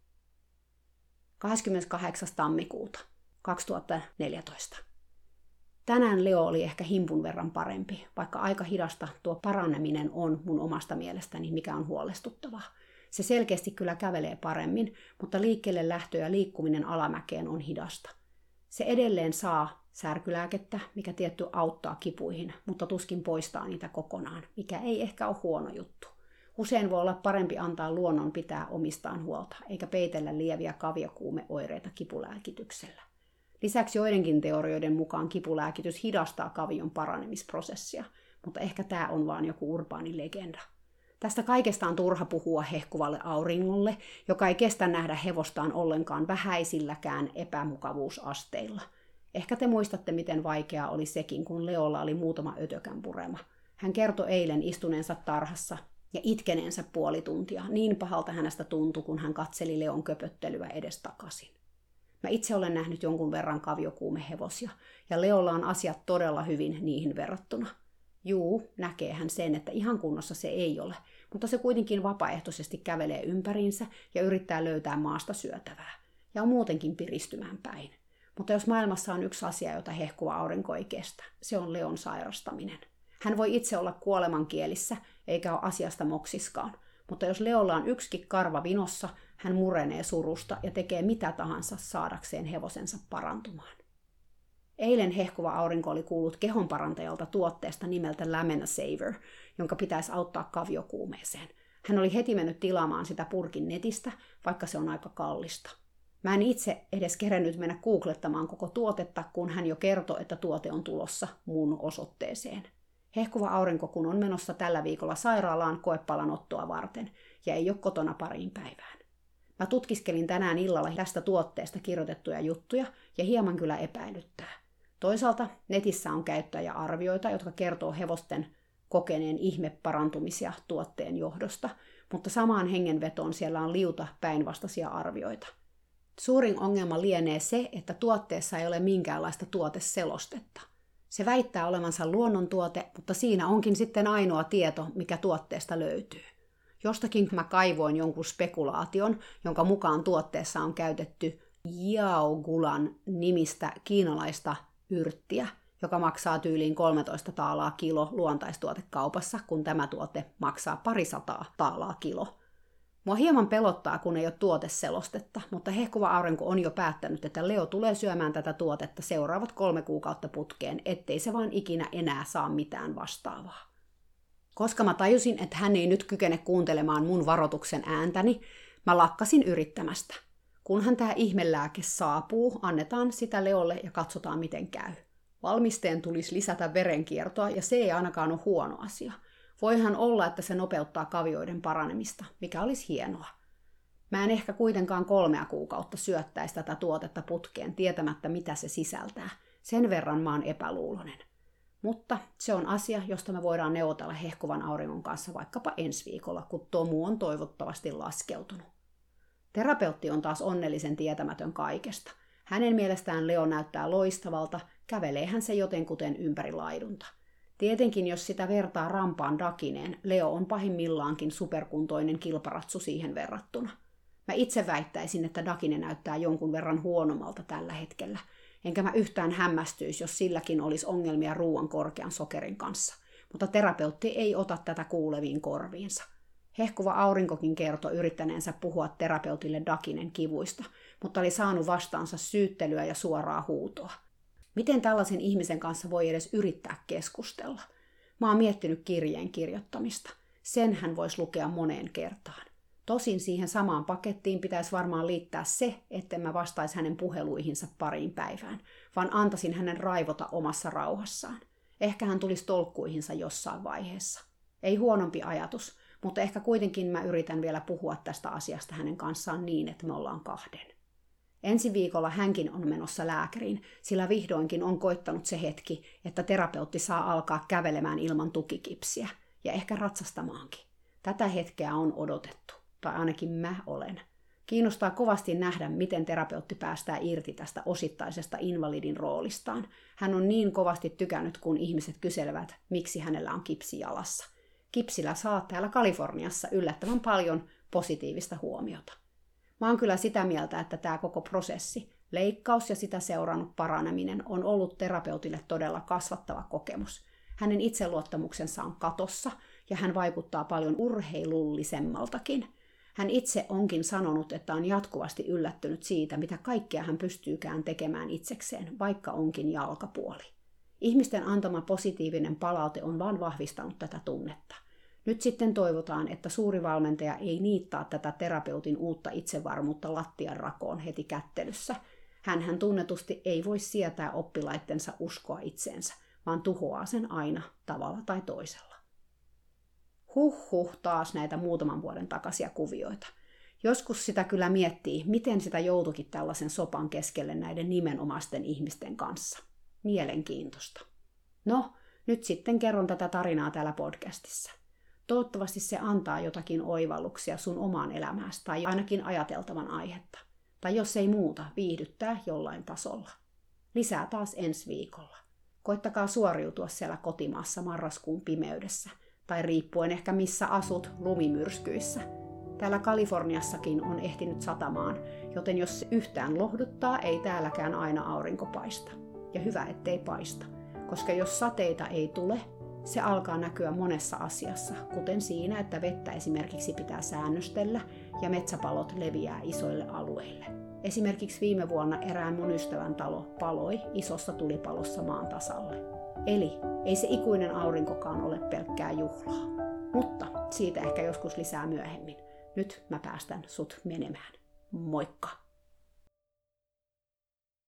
28. tammikuuta 2014. Tänään Leo oli ehkä himpun verran parempi, vaikka aika hidasta tuo paraneminen on mun omasta mielestäni, mikä on huolestuttavaa. Se selkeästi kyllä kävelee paremmin, mutta liikkeelle lähtö ja liikkuminen alamäkeen on hidasta. Se edelleen saa särkylääkettä, mikä tietty auttaa kipuihin, mutta tuskin poistaa niitä kokonaan, mikä ei ehkä ole huono juttu. Usein voi olla parempi antaa luonnon pitää omistaan huolta, eikä peitellä lieviä kaviokuumeoireita kipulääkityksellä. Lisäksi joidenkin teorioiden mukaan kipulääkitys hidastaa kavion paranemisprosessia, mutta ehkä tämä on vaan joku urbaani legenda. Tästä kaikesta on turha puhua hehkuvalle auringolle, joka ei kestä nähdä hevostaan ollenkaan vähäisilläkään epämukavuusasteilla. Ehkä te muistatte, miten vaikeaa oli sekin, kun Leolla oli muutama ötökän purema. Hän kertoi eilen istuneensa tarhassa ja itkeneensä 0,5 tuntia. Niin pahalta hänestä tuntui, kun hän katseli Leon köpöttelyä edestakaisin. Mä itse olen nähnyt jonkun verran kaviokuumehevosia, ja Leolla on asiat todella hyvin niihin verrattuna. Juu, näkee hän sen, että ihan kunnossa se ei ole, mutta se kuitenkin vapaaehtoisesti kävelee ympäriinsä ja yrittää löytää maasta syötävää. Ja on muutenkin piristymään päin. Mutta jos maailmassa on yksi asia, jota hehkuva aurinko ei kestä, se on Leon sairastaminen. Hän voi itse olla kuolemankielissä, eikä ole asiasta moksiskaan. Mutta jos Leolla on yksikin karva vinossa, hän murenee surusta ja tekee mitä tahansa saadakseen hevosensa parantumaan. Eilen hehkuva aurinko oli kuullut kehonparantajalta tuotteesta nimeltä Lamina Saver, jonka pitäisi auttaa kaviokuumeeseen. Hän oli heti mennyt tilaamaan sitä purkin netistä, vaikka se on aika kallista. Mä en itse edes kerennyt mennä googlettamaan koko tuotetta, kun hän jo kertoi, että tuote on tulossa mun osoitteeseen. Hehkuva aurinko kun on menossa tällä viikolla sairaalaan koepalan ottoa varten ja ei ole kotona pariin päivään. Mä tutkiskelin tänään illalla tästä tuotteesta kirjoitettuja juttuja ja hieman kyllä epäilyttää. Toisaalta netissä on käyttäjäarvioita, jotka kertoo hevosten kokeneen ihmeparantumisia tuotteen johdosta, mutta samaan hengenvetoon siellä on liuta päinvastaisia arvioita. Suurin ongelma lienee se, että tuotteessa ei ole minkäänlaista tuoteselostetta. Se väittää olevansa luonnontuote, mutta siinä onkin sitten ainoa tieto, mikä tuotteesta löytyy. Jostakin mä kaivoin jonkun spekulaation, jonka mukaan tuotteessa on käytetty Yaogulan nimistä kiinalaista yrttiä, joka maksaa tyyliin 13 taalaa kilo luontaistuotekaupassa, kun tämä tuote maksaa 200 taalaa kilo. Mua hieman pelottaa, kun ei ole tuoteselostetta, mutta hehkuva aurinko on jo päättänyt, että Leo tulee syömään tätä tuotetta seuraavat 3 kuukautta putkeen, ettei se vaan ikinä enää saa mitään vastaavaa. Koska mä tajusin, että hän ei nyt kykene kuuntelemaan mun varoituksen ääntäni, mä lakkasin yrittämästä. Kunhan tämä ihmelääke saapuu, annetaan sitä Leolle ja katsotaan miten käy. Valmisteen tulisi lisätä verenkiertoa ja se ei ainakaan ole huono asia. Voihan olla, että se nopeuttaa kavioiden paranemista, mikä olisi hienoa. Mä en ehkä kuitenkaan 3 kuukautta syöttäisi tätä tuotetta putkeen tietämättä mitä se sisältää. Sen verran mä oon epäluuloinen. Mutta se on asia, josta me voidaan neuvotella hehkuvan auringon kanssa vaikkapa ensi viikolla, kun Tomu on toivottavasti laskeutunut. Terapeutti on taas onnellisen tietämätön kaikesta. Hänen mielestään Leo näyttää loistavalta, kävelee hän se jotenkuten ympäri laidunta. Tietenkin, jos sitä vertaa rampaan Dakineen, Leo on pahimmillaankin superkuntoinen kilparatsu siihen verrattuna. Mä itse väittäisin, että Dakine näyttää jonkun verran huonommalta tällä hetkellä, enkä mä yhtään hämmästyisi, jos silläkin olisi ongelmia ruoan korkean sokerin kanssa. Mutta terapeutti ei ota tätä kuuleviin korviinsa. Hehkuva aurinkokin kertoi yrittäneensä puhua terapeutille Dakinen kivuista, mutta oli saanut vastaansa syyttelyä ja suoraa huutoa. Miten tällaisen ihmisen kanssa voi edes yrittää keskustella? Mä oon miettinyt kirjeen kirjoittamista. Sen hän voisi lukea moneen kertaan. Tosin siihen samaan pakettiin pitäisi varmaan liittää se, etten mä vastaisi hänen puheluihinsa pariin päivään, vaan antaisin hänen raivota omassa rauhassaan. Ehkä hän tulisi tolkkuihinsa jossain vaiheessa. Ei huonompi ajatus, mutta ehkä kuitenkin mä yritän vielä puhua tästä asiasta hänen kanssaan niin, että me ollaan kahden. Ensi viikolla hänkin on menossa lääkäriin, sillä vihdoinkin on koittanut se hetki, että terapeutti saa alkaa kävelemään ilman tukikipsiä, ja ehkä ratsastamaankin. Tätä hetkeä on odotettu, tai ainakin mä olen. Kiinnostaa kovasti nähdä, miten terapeutti päästää irti tästä osittaisesta invalidin roolistaan. Hän on niin kovasti tykännyt, kun ihmiset kyselevät, miksi hänellä on kipsi jalassa. Kipsillä saa täällä Kaliforniassa yllättävän paljon positiivista huomiota. Mä oon kyllä sitä mieltä, että tämä koko prosessi, leikkaus ja sitä seurannut paraneminen on ollut terapeutille todella kasvattava kokemus. Hänen itseluottamuksensa on katossa ja hän vaikuttaa paljon urheilullisemmaltakin. Hän itse onkin sanonut, että on jatkuvasti yllättynyt siitä, mitä kaikkea hän pystyykään tekemään itsekseen, vaikka onkin jalkapuoli. Ihmisten antama positiivinen palaute on vaan vahvistanut tätä tunnetta. Nyt sitten toivotaan, että suuri valmentaja ei niittaa tätä terapeutin uutta itsevarmuutta lattian rakoon heti kättelyssä. Hänhän tunnetusti ei voi sietää oppilaittensa uskoa itseensä, vaan tuhoaa sen aina tavalla tai toisella. Taas näitä muutaman vuoden takaisia kuvioita. Joskus sitä kyllä miettii, miten sitä joutuikin tällaisen sopan keskelle näiden nimenomaisten ihmisten kanssa. Mielenkiintoista. No, nyt sitten kerron tätä tarinaa täällä podcastissa. Toivottavasti se antaa jotakin oivalluksia sun omaan elämääsi tai ainakin ajateltavan aihetta. Tai jos ei muuta, viihdyttää jollain tasolla. Lisää taas ensi viikolla. Koittakaa suoriutua siellä kotimaassa marraskuun pimeydessä. Tai riippuen ehkä missä asut, lumimyrskyissä. Täällä Kaliforniassakin on ehtinyt satamaan, joten jos se yhtään lohduttaa, ei täälläkään aina aurinko paista. Ja hyvä ettei paista, koska jos sateita ei tule, se alkaa näkyä monessa asiassa, kuten siinä, että vettä esimerkiksi pitää säännöstellä ja metsäpalot leviää isoille alueille. Esimerkiksi viime vuonna erään mun ystävän talo paloi isossa tulipalossa maan tasalle. Eli ei se ikuinen aurinkokaan ole pelkkää juhlaa. Mutta siitä ehkä joskus lisää myöhemmin. Nyt mä päästän sut menemään. Moikka!